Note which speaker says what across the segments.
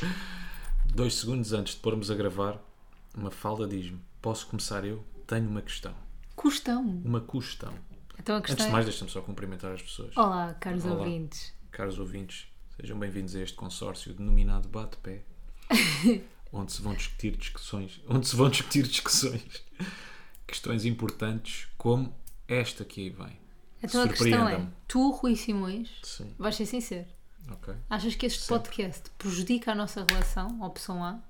Speaker 1: 2 segundos antes de pormos a gravar, Mafalda diz-me: posso começar eu? Tenho uma questão. Uma questão.
Speaker 2: Então a questão
Speaker 1: Antes de mais, deixa-me só cumprimentar as pessoas.
Speaker 2: Olá, caros ouvintes.
Speaker 1: Caros ouvintes, sejam bem-vindos a este consórcio denominado Bate-Pé, onde se vão discutir discussões, questões importantes como esta que aí vem.
Speaker 2: Então a questão é, tu, Rui Simões,
Speaker 1: Sim.
Speaker 2: vais ser sincero.
Speaker 1: Okay.
Speaker 2: Achas que este podcast prejudica a nossa relação? Opção A.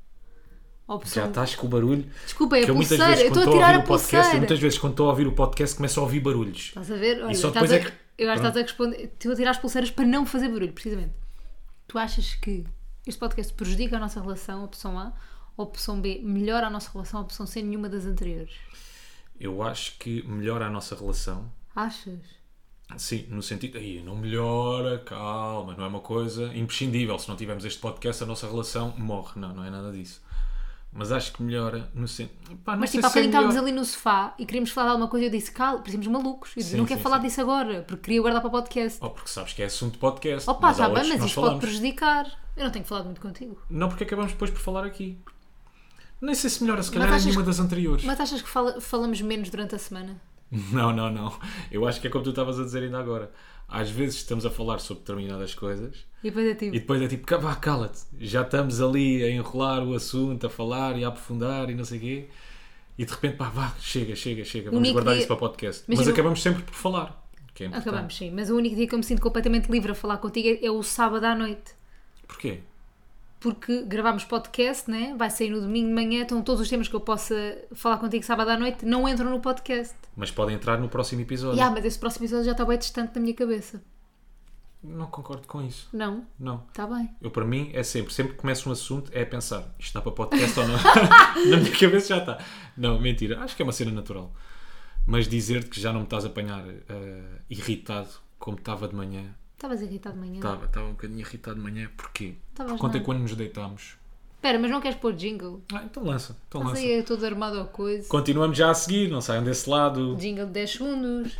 Speaker 1: Já estás com o barulho.
Speaker 2: Desculpa, é a pulseira. Eu estou a tirar a pulseira.
Speaker 1: Muitas vezes quando estou a ouvir o podcast começo a ouvir barulhos.
Speaker 2: Estás a ver? Olha,
Speaker 1: e só depois
Speaker 2: eu acho que estás a responder. Estou a tirar as pulseiras para não fazer barulho, precisamente. Tu achas que este podcast prejudica a nossa relação? Opção A. Opção B, melhora a nossa relação? Opção C, nenhuma das anteriores.
Speaker 1: Eu acho que melhora a nossa relação.
Speaker 2: Achas?
Speaker 1: Sim, no sentido... Aí, não melhora, calma, não é uma coisa imprescindível. Se não tivermos este podcast, a nossa relação morre. Não é nada disso. Mas acho que melhora no sentido...
Speaker 2: Mas tipo, há bocadinho estávamos ali no sofá e queríamos falar de alguma coisa e eu disse, parecíamos malucos. Eu disse, não quero falar disso agora, porque queria guardar para o podcast.
Speaker 1: Porque sabes que é assunto de podcast.
Speaker 2: Opa, está bem, mas isto pode prejudicar. Eu não tenho falado muito contigo.
Speaker 1: Não, porque acabamos depois por falar aqui. Nem sei se melhora, se calhar é nenhuma das anteriores.
Speaker 2: Mas achas que falamos menos durante a semana?
Speaker 1: Não. Eu acho que é como tu estavas a dizer ainda agora. Às vezes estamos a falar sobre determinadas coisas
Speaker 2: e depois é tipo
Speaker 1: cala-te. Já estamos ali a enrolar o assunto, a falar e a aprofundar e não sei o quê. E de repente, chega. Vamos guardar isso para o podcast. Mas acabamos sempre por falar. Que é importante.
Speaker 2: Acabamos, sim. Mas o único dia que eu me sinto completamente livre a falar contigo é o sábado à noite.
Speaker 1: Porquê?
Speaker 2: Porque gravámos podcast, né? Vai sair no domingo de manhã, então todos os temas que eu possa falar contigo sábado à noite não entram no podcast.
Speaker 1: Mas podem entrar no próximo episódio.
Speaker 2: Mas esse próximo episódio já está bem distante da minha cabeça.
Speaker 1: Não concordo com isso.
Speaker 2: Não? Está bem.
Speaker 1: Eu, para mim, é sempre que começo um assunto, é pensar, isto dá para podcast ou não? Na minha cabeça já está. Não, mentira. Acho que é uma cena natural. Mas dizer-te que já não me estás a apanhar irritado como estava de manhã.
Speaker 2: Estavas irritado de manhã?
Speaker 1: Estava um bocadinho irritado de manhã. Porquê?
Speaker 2: Porque
Speaker 1: ontem quando nos deitámos...
Speaker 2: Espera, mas não queres pôr jingle?
Speaker 1: Então lança.
Speaker 2: Estás aí todo armado ao coisa.
Speaker 1: Continuamos já a seguir, não saiam desse lado.
Speaker 2: Jingle de 10 segundos.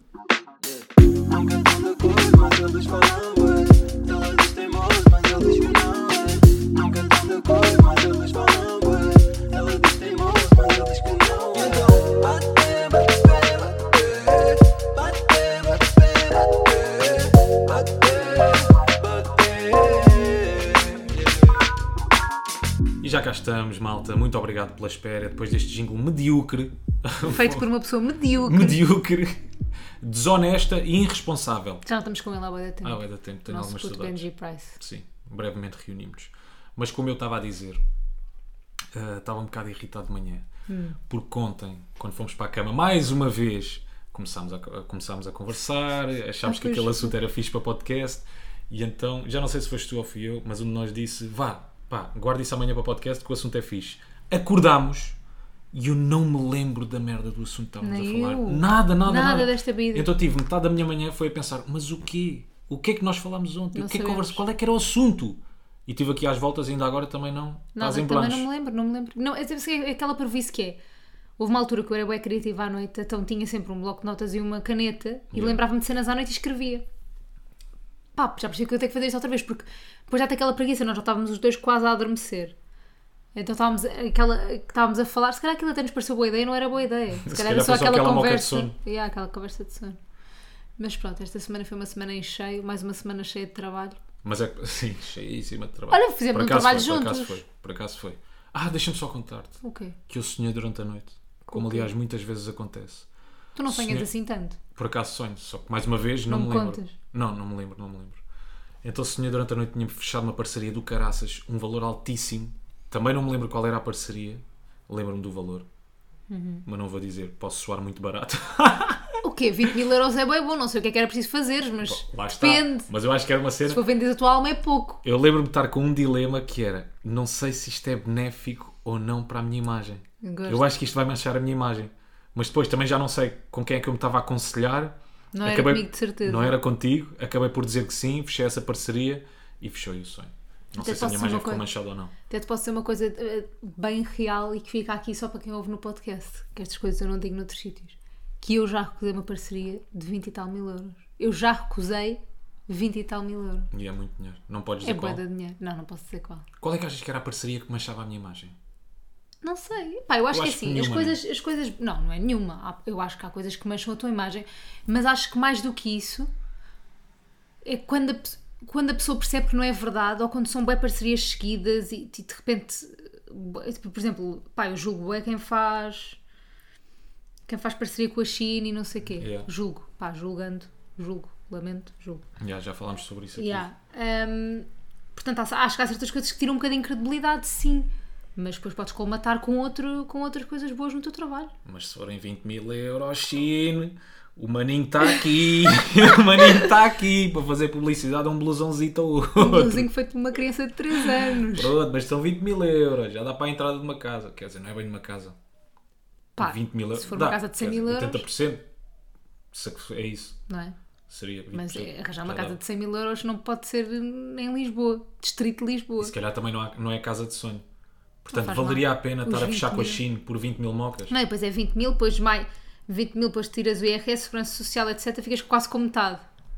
Speaker 3: Não cantam da cor, mas eles falam bué. Eles têm moço, mas eles que não é. Não cantam da cor, mas eles falam bué. Eles têm moço, mas eles que não é. Então bate.
Speaker 1: E já cá estamos, malta. Muito obrigado pela espera. Depois deste jingle medíocre.
Speaker 2: Feito por uma pessoa medíocre.
Speaker 1: Desonesta e irresponsável.
Speaker 2: Já não estamos com ele há bué de tempo.
Speaker 1: Há bué de tempo, tenho algumas saudades.
Speaker 2: Benji Price.
Speaker 1: Sim, brevemente reunimos. Mas como eu estava a dizer, estava um bocado irritado de manhã. Porque ontem, quando fomos para a cama, mais uma vez, começámos a conversar, achámos que aquele assunto era fixe para podcast. E então, já não sei se foste tu ou fui eu, mas um de nós disse, guarda isso amanhã para o podcast que o assunto é fixe. Acordámos e eu não me lembro da merda do assunto que estávamos a falar. Nada
Speaker 2: desta vida.
Speaker 1: Então tive metade da minha manhã foi a pensar, mas o quê? O que é que nós falámos ontem?
Speaker 2: Não
Speaker 1: o que é que conversamos? Qual é que era o assunto? E estive aqui às voltas e ainda agora também não. Estás em
Speaker 2: também não me lembro. Não, é aquela parvoíce que é. Houve uma altura que eu era bem criativa à noite, então tinha sempre um bloco de notas e uma caneta e lembrava-me de cenas à noite e escrevia. Já percebi que eu tenho que fazer isto outra vez, porque depois já tem aquela preguiça, nós já estávamos os dois quase a adormecer. Então estávamos a falar, se calhar aquilo até nos pareceu boa ideia, não era boa ideia. Se calhar era só aquela conversa. Aquela conversa de sono. Mas pronto, esta semana foi uma semana em cheio, mais uma semana cheia de trabalho.
Speaker 1: Mas sim, cheíssima de trabalho.
Speaker 2: Olha, fizemos um trabalho juntos.
Speaker 1: Por acaso foi. Deixa-me só contar-te.
Speaker 2: O quê?
Speaker 1: Que eu sonhei durante a noite. Como aliás muitas vezes acontece.
Speaker 2: Tu não sonhas assim tanto?
Speaker 1: Por acaso sonho, só que mais uma vez não me lembro. Contas? Não me lembro. Então sonhei durante a noite, tinha fechado uma parceria do caraças, um valor altíssimo. Também não me lembro qual era a parceria. Lembro-me do valor. Mas não vou dizer, posso soar muito barato.
Speaker 2: O quê? 20 mil euros é bem bom, não sei o que é que era preciso fazer, mas depende.
Speaker 1: Mas eu acho que era uma cena...
Speaker 2: Se for vender a tua alma é pouco.
Speaker 1: Eu lembro-me de estar com um dilema que era, não sei se isto é benéfico ou não para a minha imagem. Eu acho que isto vai manchar a minha imagem. Mas depois também já não sei com quem é que eu me estava a aconselhar.
Speaker 2: Não era comigo, de certeza.
Speaker 1: Não era contigo. Acabei por dizer que sim, fechei essa parceria e fechou o sonho. Não sei se a minha imagem ficou manchada ou não.
Speaker 2: Até te posso ser uma coisa bem real e que fica aqui só para quem ouve no podcast. Que estas coisas eu não digo noutros sítios. Que eu já recusei uma parceria de 20 e tal mil euros. Eu já recusei 20 e tal mil euros.
Speaker 1: E é muito dinheiro. Não podes
Speaker 2: É
Speaker 1: dizer qual.
Speaker 2: bué de dinheiro. Não posso dizer qual.
Speaker 1: Qual é que achas que era a parceria que manchava a minha imagem?
Speaker 2: Não sei. Pá, eu acho
Speaker 1: Eu
Speaker 2: que
Speaker 1: acho que
Speaker 2: assim,
Speaker 1: nenhuma,
Speaker 2: as coisas. Não é nenhuma. Eu acho que há coisas que mancham a tua imagem. Mas acho que mais do que isso é quando a pessoa percebe que não é verdade ou quando são bem parcerias seguidas e de repente. Tipo, por exemplo, pá, eu julgo bué quem faz parceria com a China e não sei o quê.
Speaker 1: Yeah.
Speaker 2: Julgo. Pá, julgo. Lamento, julgo.
Speaker 1: Já falámos sobre isso aqui.
Speaker 2: Yeah. Portanto, acho que há certas coisas que tiram um bocadinho de credibilidade, sim. Mas depois podes colmatar com outras coisas boas no teu trabalho.
Speaker 1: Mas se forem 20 mil euros, Chine, o maninho está aqui. O maninho está aqui para fazer publicidade a um blusãozito ou outro.
Speaker 2: Um blusinho feito por uma criança de 3 anos.
Speaker 1: Pronto, mas são 20 mil euros. Já dá para a entrada de uma casa. Quer dizer, não é bem de uma casa.
Speaker 2: Pá,
Speaker 1: 20 mil euros.
Speaker 2: se for uma casa de 100 mil euros.
Speaker 1: 80%. É isso.
Speaker 2: Não é?
Speaker 1: Seria 20%.
Speaker 2: Mas arranjar uma
Speaker 1: Já
Speaker 2: casa
Speaker 1: dá.
Speaker 2: de 100 mil euros não pode ser em Lisboa. Distrito de Lisboa.
Speaker 1: E se calhar também não é casa de sonho. Portanto,
Speaker 2: faz
Speaker 1: valeria
Speaker 2: mal.
Speaker 1: a pena
Speaker 2: Os
Speaker 1: estar a
Speaker 2: 20
Speaker 1: fechar com a
Speaker 2: mil.
Speaker 1: Chine por 20 mil mocas?
Speaker 2: Não, e depois é 20 mil, depois 20 mil, depois tiras o IRS, Segurança Social, etc. Ficas quase com metade.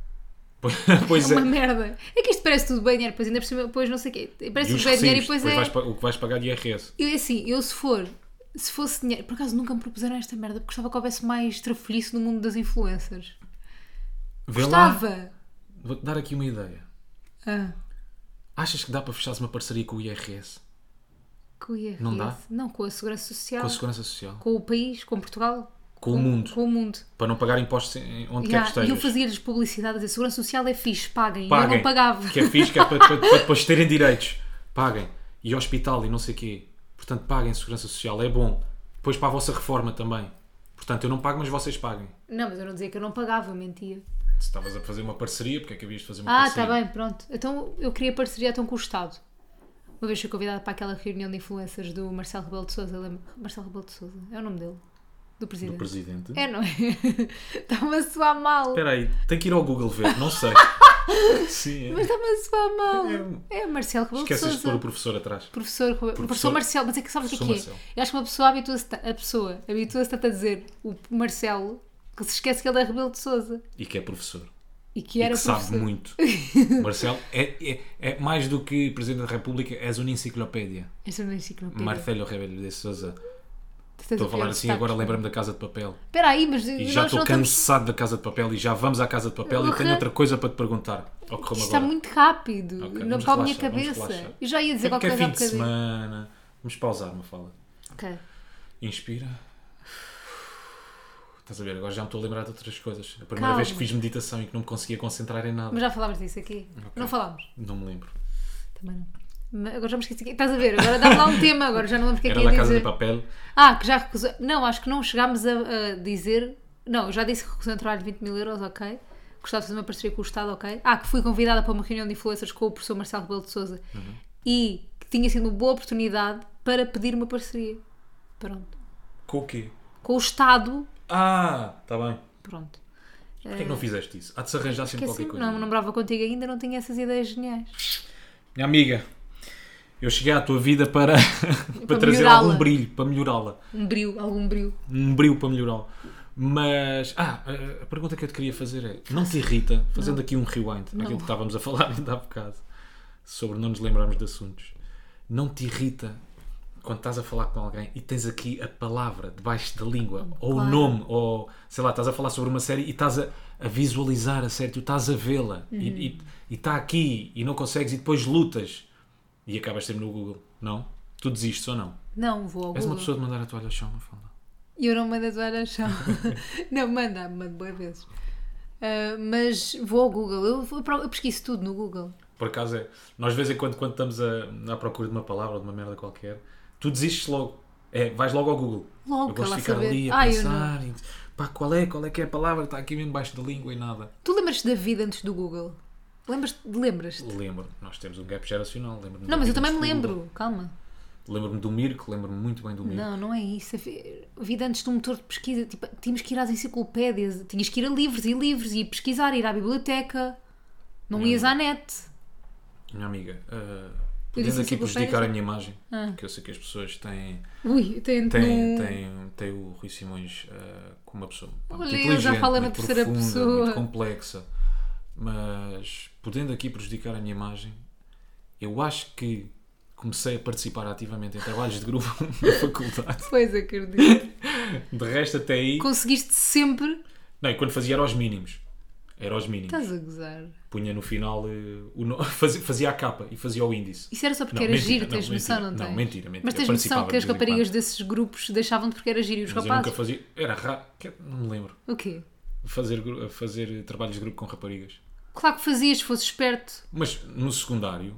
Speaker 1: Pois
Speaker 2: É
Speaker 1: é.
Speaker 2: uma merda. É que isto parece tudo bem dinheiro, depois ainda por cima, depois não sei o quê. Parece
Speaker 1: E
Speaker 2: tudo
Speaker 1: os
Speaker 2: bem dinheiro e
Speaker 1: recibos,
Speaker 2: depois
Speaker 1: depois
Speaker 2: é.
Speaker 1: o que vais pagar de IRS.
Speaker 2: Eu se fosse dinheiro, por acaso nunca me propuseram esta merda, porque gostava que houvesse mais trafolhice no mundo das influencers.
Speaker 1: Vê lá.
Speaker 2: Gostava!
Speaker 1: Vou-te dar aqui uma ideia.
Speaker 2: Ah,
Speaker 1: Achas que dá para fechares uma parceria com o IRS?
Speaker 2: com o IRS.
Speaker 1: Não dá?
Speaker 2: Não, com a Segurança Social.
Speaker 1: Com a Segurança Social?
Speaker 2: Com o país, com Portugal.
Speaker 1: Com o mundo?
Speaker 2: Com o mundo.
Speaker 1: Para não pagar impostos onde quer
Speaker 2: Yeah,
Speaker 1: que estejas.
Speaker 2: e eu fazia-lhes publicidade a dizer Segurança Social é fixe, paguem. E eu
Speaker 1: Paguem.
Speaker 2: não pagava.
Speaker 1: Que é fixe, que é para depois terem direitos. Paguem. E hospital e não sei o quê. Portanto, paguem Segurança Social. É bom. Depois para a vossa reforma também. Portanto, eu não pago, mas vocês paguem.
Speaker 2: Não, mas eu não dizia que eu não pagava, eu mentia.
Speaker 1: Se estavas a fazer uma parceria, porque é que havias de fazer uma
Speaker 2: Ah,
Speaker 1: parceria?
Speaker 2: está bem, pronto. Então eu queria parceria então com o Estado. Uma vez fui convidada para aquela reunião de influencers do Marcelo Rebelo de Sousa. Lembra? Marcelo Rebelo de Sousa, é o nome dele? Do
Speaker 1: Do
Speaker 2: presidente.
Speaker 1: presidente?
Speaker 2: É, não é? Está-me a soar mal.
Speaker 1: Espera aí, tenho que ir ao Google ver. Não sei. Sim, é.
Speaker 2: Mas está-me a soar mal. É Marcelo Rebelo de
Speaker 1: Esqueces de pôr
Speaker 2: Sousa.
Speaker 1: o professor atrás.
Speaker 2: Professor Marcelo, mas é que sabes o que é?
Speaker 1: Professor Marcelo.
Speaker 2: Eu acho que uma pessoa habitua-se tanto a dizer o Marcelo que se esquece que ele é Rebelo de Sousa.
Speaker 1: E que é professor.
Speaker 2: E que
Speaker 1: E
Speaker 2: era
Speaker 1: que
Speaker 2: professor.
Speaker 1: sabe muito. Marcelo é mais do que Presidente da República, és uma enciclopédia.
Speaker 2: Esta é uma enciclopédia.
Speaker 1: Marcelo Rebelo de Sousa.
Speaker 2: Tens
Speaker 1: Estou a falar
Speaker 2: pior
Speaker 1: assim,
Speaker 2: destaque.
Speaker 1: agora lembra-me da Casa de Papel.
Speaker 2: Espera aí, mas
Speaker 1: E
Speaker 2: nós
Speaker 1: já estou
Speaker 2: não estamos-
Speaker 1: cansado da Casa de Papel e já vamos à Casa de Papel e
Speaker 2: Uhum.
Speaker 1: tenho outra coisa para te perguntar. Ocorreu-me
Speaker 2: Isto está
Speaker 1: agora.
Speaker 2: muito rápido.
Speaker 1: Ok,
Speaker 2: não
Speaker 1: vamos
Speaker 2: para a minha
Speaker 1: relaxar, vamos
Speaker 2: cabeça.
Speaker 1: relaxar.
Speaker 2: Eu já ia dizer
Speaker 1: É porque
Speaker 2: qualquer
Speaker 1: é
Speaker 2: coisa
Speaker 1: fim
Speaker 2: há
Speaker 1: de
Speaker 2: bocadinho.
Speaker 1: semana. Vamos pausar, Mafalda.
Speaker 2: Ok.
Speaker 1: Inspira. Estás a ver, agora já me estou a lembrar de outras coisas. A primeira
Speaker 2: Calma.
Speaker 1: vez que fiz meditação e que não me conseguia concentrar em nada.
Speaker 2: Mas já falámos disso aqui.
Speaker 1: Ok.
Speaker 2: Não falámos.
Speaker 1: Não me lembro.
Speaker 2: Também não. Mas agora já me esqueci. Estás a ver? Agora dá-me lá um tema. Agora já não lembro o que é que
Speaker 1: Era
Speaker 2: ia
Speaker 1: da Casa
Speaker 2: dizer.
Speaker 1: de Papel.
Speaker 2: Ah, que já recusou. Não, acho que não chegámos a dizer. Não, eu já disse que recusou um trabalho de 20 mil euros, ok. Gostava de fazer uma parceria com o Estado, ok. Ah, que fui convidada para uma reunião de influencers com o professor Marcelo Rebelo de Sousa e que tinha sido uma boa oportunidade para pedir uma parceria. Pronto.
Speaker 1: Com o quê?
Speaker 2: Com o Estado.
Speaker 1: Ah, está bem.
Speaker 2: Pronto.
Speaker 1: Porquê é que não fizeste isso? Há de se arranjar sempre
Speaker 2: Que
Speaker 1: qualquer
Speaker 2: assim,
Speaker 1: coisa.
Speaker 2: não namorava contigo ainda, não tinha essas ideias geniais.
Speaker 1: Minha amiga, eu cheguei à tua vida para trazer
Speaker 2: melhorá-la.
Speaker 1: algum brilho, para melhorá-la.
Speaker 2: Algum brilho.
Speaker 1: Um brilho para melhorá-la. Mas, a pergunta que eu te queria fazer é, não te irrita, fazendo aqui um rewind, àquilo que estávamos a falar ainda há bocado, sobre não nos lembrarmos de assuntos, não te irrita quando estás a falar com alguém e tens aqui a palavra debaixo da língua, ou o nome, ou, sei lá, estás a falar sobre uma série e estás a visualizar a série, tu estás a vê-la e está aqui e não consegues e depois lutas e acabas sempre no Google, não? Tu desistes ou não?
Speaker 2: Não, vou ao
Speaker 1: És uma
Speaker 2: Google.
Speaker 1: pessoa de mandar a toalha ao chão, não fala.
Speaker 2: E eu não mando a toalha ao chão. Não, mando boas vezes. Mas vou ao Google. Eu pesquiso tudo no Google.
Speaker 1: Por acaso é, nós de vez em quando estamos à procura de uma palavra ou de uma merda qualquer, tu desistes logo. Vais logo ao Google.
Speaker 2: Logo,
Speaker 1: eu gosto
Speaker 2: lá
Speaker 1: de ficar
Speaker 2: saber.
Speaker 1: ali a
Speaker 2: Ai, eu
Speaker 1: pensar. E, pá, qual é que é a palavra? Está aqui mesmo debaixo da língua e nada.
Speaker 2: Tu lembras-te da vida antes do Google? Lembras-te?
Speaker 1: Lembro, nós temos um gap geracional. Lembro-me
Speaker 2: Não,
Speaker 1: da
Speaker 2: mas
Speaker 1: vida
Speaker 2: eu também me
Speaker 1: antes do
Speaker 2: lembro.
Speaker 1: Google.
Speaker 2: Calma.
Speaker 1: Lembro-me do Mirko, lembro-me muito bem do Mirko.
Speaker 2: Não é isso. A vida antes de um motor de pesquisa. Tipo, tínhamos que ir às enciclopédias. Tinhas que ir a livros e livros e pesquisar, ir à biblioteca. Não ias à net.
Speaker 1: Minha amiga,
Speaker 2: disse
Speaker 1: podendo aqui
Speaker 2: enciclopédia,
Speaker 1: prejudicar
Speaker 2: já.
Speaker 1: a minha imagem, porque eu sei que as pessoas têm
Speaker 2: Ui, tem
Speaker 1: o Rui Simões como uma pessoa pá,
Speaker 2: Olha,
Speaker 1: muito
Speaker 2: ele já
Speaker 1: inteligente,
Speaker 2: fala na
Speaker 1: muito
Speaker 2: terceira
Speaker 1: profunda,
Speaker 2: pessoa.
Speaker 1: muito complexa. mas podendo aqui prejudicar a minha imagem, eu acho que comecei a participar ativamente em trabalhos de grupo na faculdade.
Speaker 2: Pois, acredito.
Speaker 1: De resto, até aí.
Speaker 2: Conseguiste sempre...
Speaker 1: Não, e quando fazia era aos mínimos. Era aos mínimos.
Speaker 2: Estás a gozar.
Speaker 1: Punha no final fazia a capa e fazia o índice.
Speaker 2: Isso era só porque
Speaker 1: Não,
Speaker 2: era
Speaker 1: mentira,
Speaker 2: giro, tens
Speaker 1: não,
Speaker 2: noção,
Speaker 1: mentira.
Speaker 2: não tens?
Speaker 1: Não, mentira.
Speaker 2: Mas tens
Speaker 1: Participava
Speaker 2: noção que as
Speaker 1: de vez em
Speaker 2: raparigas
Speaker 1: quando.
Speaker 2: desses grupos deixavam-te porque era giro e os
Speaker 1: Mas eu
Speaker 2: rapazes?
Speaker 1: nunca fazia. Era raro. Não me lembro.
Speaker 2: O quê?
Speaker 1: Fazer trabalhos de grupo com raparigas.
Speaker 2: Claro que fazias, se fosses esperto.
Speaker 1: Mas no secundário,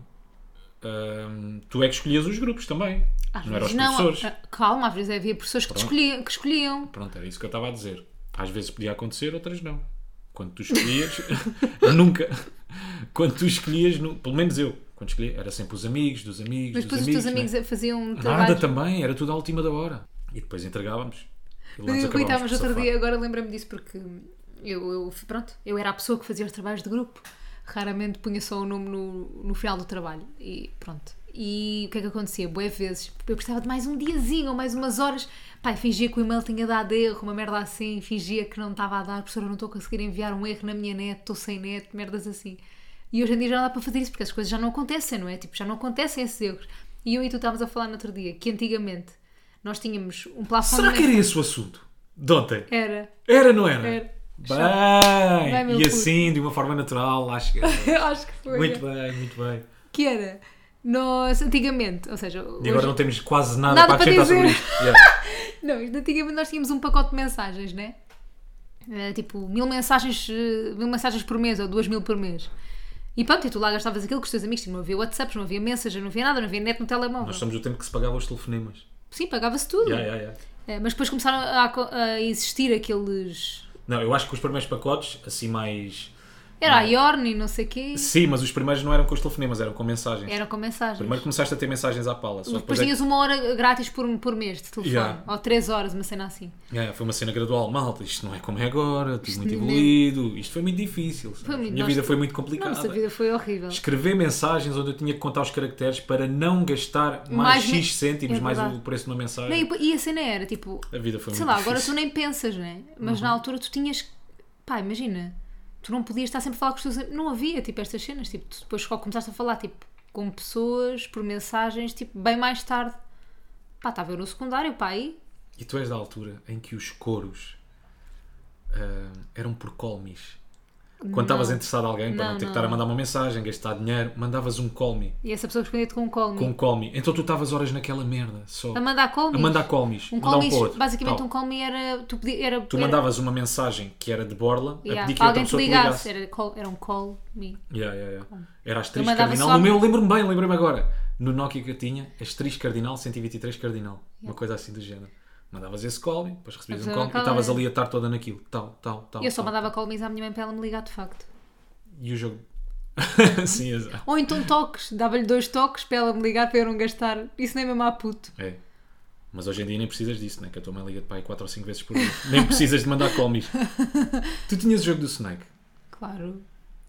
Speaker 1: tu é que escolhias os grupos também.
Speaker 2: Às
Speaker 1: Não eram os
Speaker 2: vezes
Speaker 1: professores.
Speaker 2: Calma, às vezes havia professores que escolhiam.
Speaker 1: Pronto, era isso que eu estava a dizer. Às vezes podia acontecer, outras não. Quando tu escolhias, nunca. Quando tu escolhias, pelo menos eu, quando escolhia, era sempre os amigos, dos amigos,
Speaker 2: Mas
Speaker 1: dos
Speaker 2: depois os
Speaker 1: amigos.
Speaker 2: teus amigos
Speaker 1: né?
Speaker 2: faziam
Speaker 1: Nada
Speaker 2: trabalho.
Speaker 1: também, era tudo à última da hora. E depois entregávamos. E lá nos
Speaker 2: Rui,
Speaker 1: acabávamos
Speaker 2: estávamos
Speaker 1: por
Speaker 2: outro
Speaker 1: safar.
Speaker 2: dia, agora lembrei-me disso porque eu era a pessoa que fazia os trabalhos de grupo. Raramente punha só o nome no final do trabalho. E pronto. E o que é que acontecia? Boas vezes eu precisava de mais um diazinho ou mais umas horas. Pai, fingia que o e-mail tinha dado erro, uma merda assim. Fingia que não estava a dar. Professora, eu não estou a conseguir enviar um erro na minha net, estou sem net, merdas assim. E hoje em dia já não dá para fazer isso porque as coisas já não acontecem, não é? Tipo, já não acontecem esses erros. E eu e tu estávamos a falar no outro dia que antigamente nós tínhamos um plafond.
Speaker 1: Será que era esse o assunto? De ontem?
Speaker 2: Era.
Speaker 1: Era, não era?
Speaker 2: Era.
Speaker 1: Bem,
Speaker 2: meu
Speaker 1: e
Speaker 2: puto.
Speaker 1: assim, de uma forma natural, acho que era.
Speaker 2: Acho que foi.
Speaker 1: Muito bem, muito bem.
Speaker 2: Que era, nós antigamente, ou seja,
Speaker 1: E agora não temos quase nada,
Speaker 2: Nada
Speaker 1: para
Speaker 2: para
Speaker 1: acrescentar sobre
Speaker 2: dizer.
Speaker 1: isto. Yeah.
Speaker 2: não, isto antigamente nós tínhamos um pacote de mensagens, né? Tipo, 1000 mensagens por mês ou 2000 por mês. E pronto, e tu lá gastavas aquilo com os teus amigos, tipo, não havia WhatsApps, não havia mensagens, não havia nada, não havia net no telemóvel.
Speaker 1: Nós somos o tempo que se pagava os telefonemas.
Speaker 2: Sim, pagava-se tudo.
Speaker 1: Yeah.
Speaker 2: Mas depois começaram a existir aqueles...
Speaker 1: Não, eu acho que os primeiros pacotes, assim mais...
Speaker 2: Era a Yorn e não sei o quê.
Speaker 1: Sim, mas os primeiros não eram com os telefonemas, eram com mensagens.
Speaker 2: Era com mensagens.
Speaker 1: Primeiro começaste a ter mensagens à pala. Só
Speaker 2: Depois
Speaker 1: é que-
Speaker 2: tinhas uma hora grátis por mês de telefone.
Speaker 1: Yeah.
Speaker 2: Ou 3 horas, uma cena assim.
Speaker 1: Foi uma cena gradual. Malta, isto não é como é agora, tudo muito
Speaker 2: nem-
Speaker 1: evoluído. Isto foi muito difícil. sabes?
Speaker 2: Foi muito-
Speaker 1: Minha
Speaker 2: nós-
Speaker 1: vida foi muito complicada.
Speaker 2: Nossa, a vida foi horrível.
Speaker 1: Escrever mensagens onde eu tinha que contar os caracteres para não gastar mais
Speaker 2: Mais
Speaker 1: X cêntimos,
Speaker 2: é
Speaker 1: mais
Speaker 2: verdade.
Speaker 1: o preço de uma mensagem.
Speaker 2: Não, e a cena era, tipo...
Speaker 1: A vida foi
Speaker 2: Sei
Speaker 1: muito
Speaker 2: lá, agora
Speaker 1: difícil.
Speaker 2: tu nem pensas, né? Mas na altura tu tinhas... Pá, imagina. Tu não podias estar sempre a falar com os teus... Não havia, tipo, estas cenas. Tipo, tu depois só começaste a falar, tipo, com pessoas, por mensagens, tipo, bem mais tarde. Pá, estava eu no secundário, pá, aí...
Speaker 1: E tu és da altura em que os coros eram por colmis. Quando estavas interessado em alguém, para não
Speaker 2: Não,
Speaker 1: ter que
Speaker 2: não,
Speaker 1: estar a
Speaker 2: não.
Speaker 1: mandar uma mensagem, gastar dinheiro, mandavas um call me.
Speaker 2: E essa pessoa respondia-te com um call me.
Speaker 1: Com um call me. Então tu estavas horas naquela merda só.
Speaker 2: A mandar call me?
Speaker 1: A mandar call me's.
Speaker 2: Um
Speaker 1: mandar
Speaker 2: call me,
Speaker 1: para o outro.
Speaker 2: basicamente
Speaker 1: Tal.
Speaker 2: um call me era...
Speaker 1: Tu mandavas uma mensagem que era de borla a
Speaker 2: Yeah,
Speaker 1: pedir que
Speaker 2: para
Speaker 1: outra
Speaker 2: alguém te
Speaker 1: pessoa te
Speaker 2: ligasse.
Speaker 1: ligasse.
Speaker 2: Era um call me.
Speaker 1: Era asterisco
Speaker 2: mandava
Speaker 1: cardinal.
Speaker 2: só
Speaker 1: No
Speaker 2: a-
Speaker 1: meu, lembro-me bem, lembrei-me agora. No Nokia que eu tinha, asterisco cardinal, 123 cardinal. Uma coisa assim do género. Mandavas esse call me, depois recebias um
Speaker 2: Mas
Speaker 1: call me e
Speaker 2: aquela-
Speaker 1: estavas ali a estar toda naquilo. Tal.
Speaker 2: E eu só
Speaker 1: tal.
Speaker 2: mandava call me à minha mãe para ela me ligar de facto.
Speaker 1: E o jogo. Sim, exato.
Speaker 2: Ou então toques, dava-lhe 2 toques para ela me ligar para eu não gastar. Isso nem mesmo a puto.
Speaker 1: É. Mas hoje em dia nem precisas disso, né? Que a tua mãe liga-te para aí 4 ou 5 vezes por dia. Nem precisas de mandar call-mes. Tu tinhas o jogo do Snake.
Speaker 2: Claro.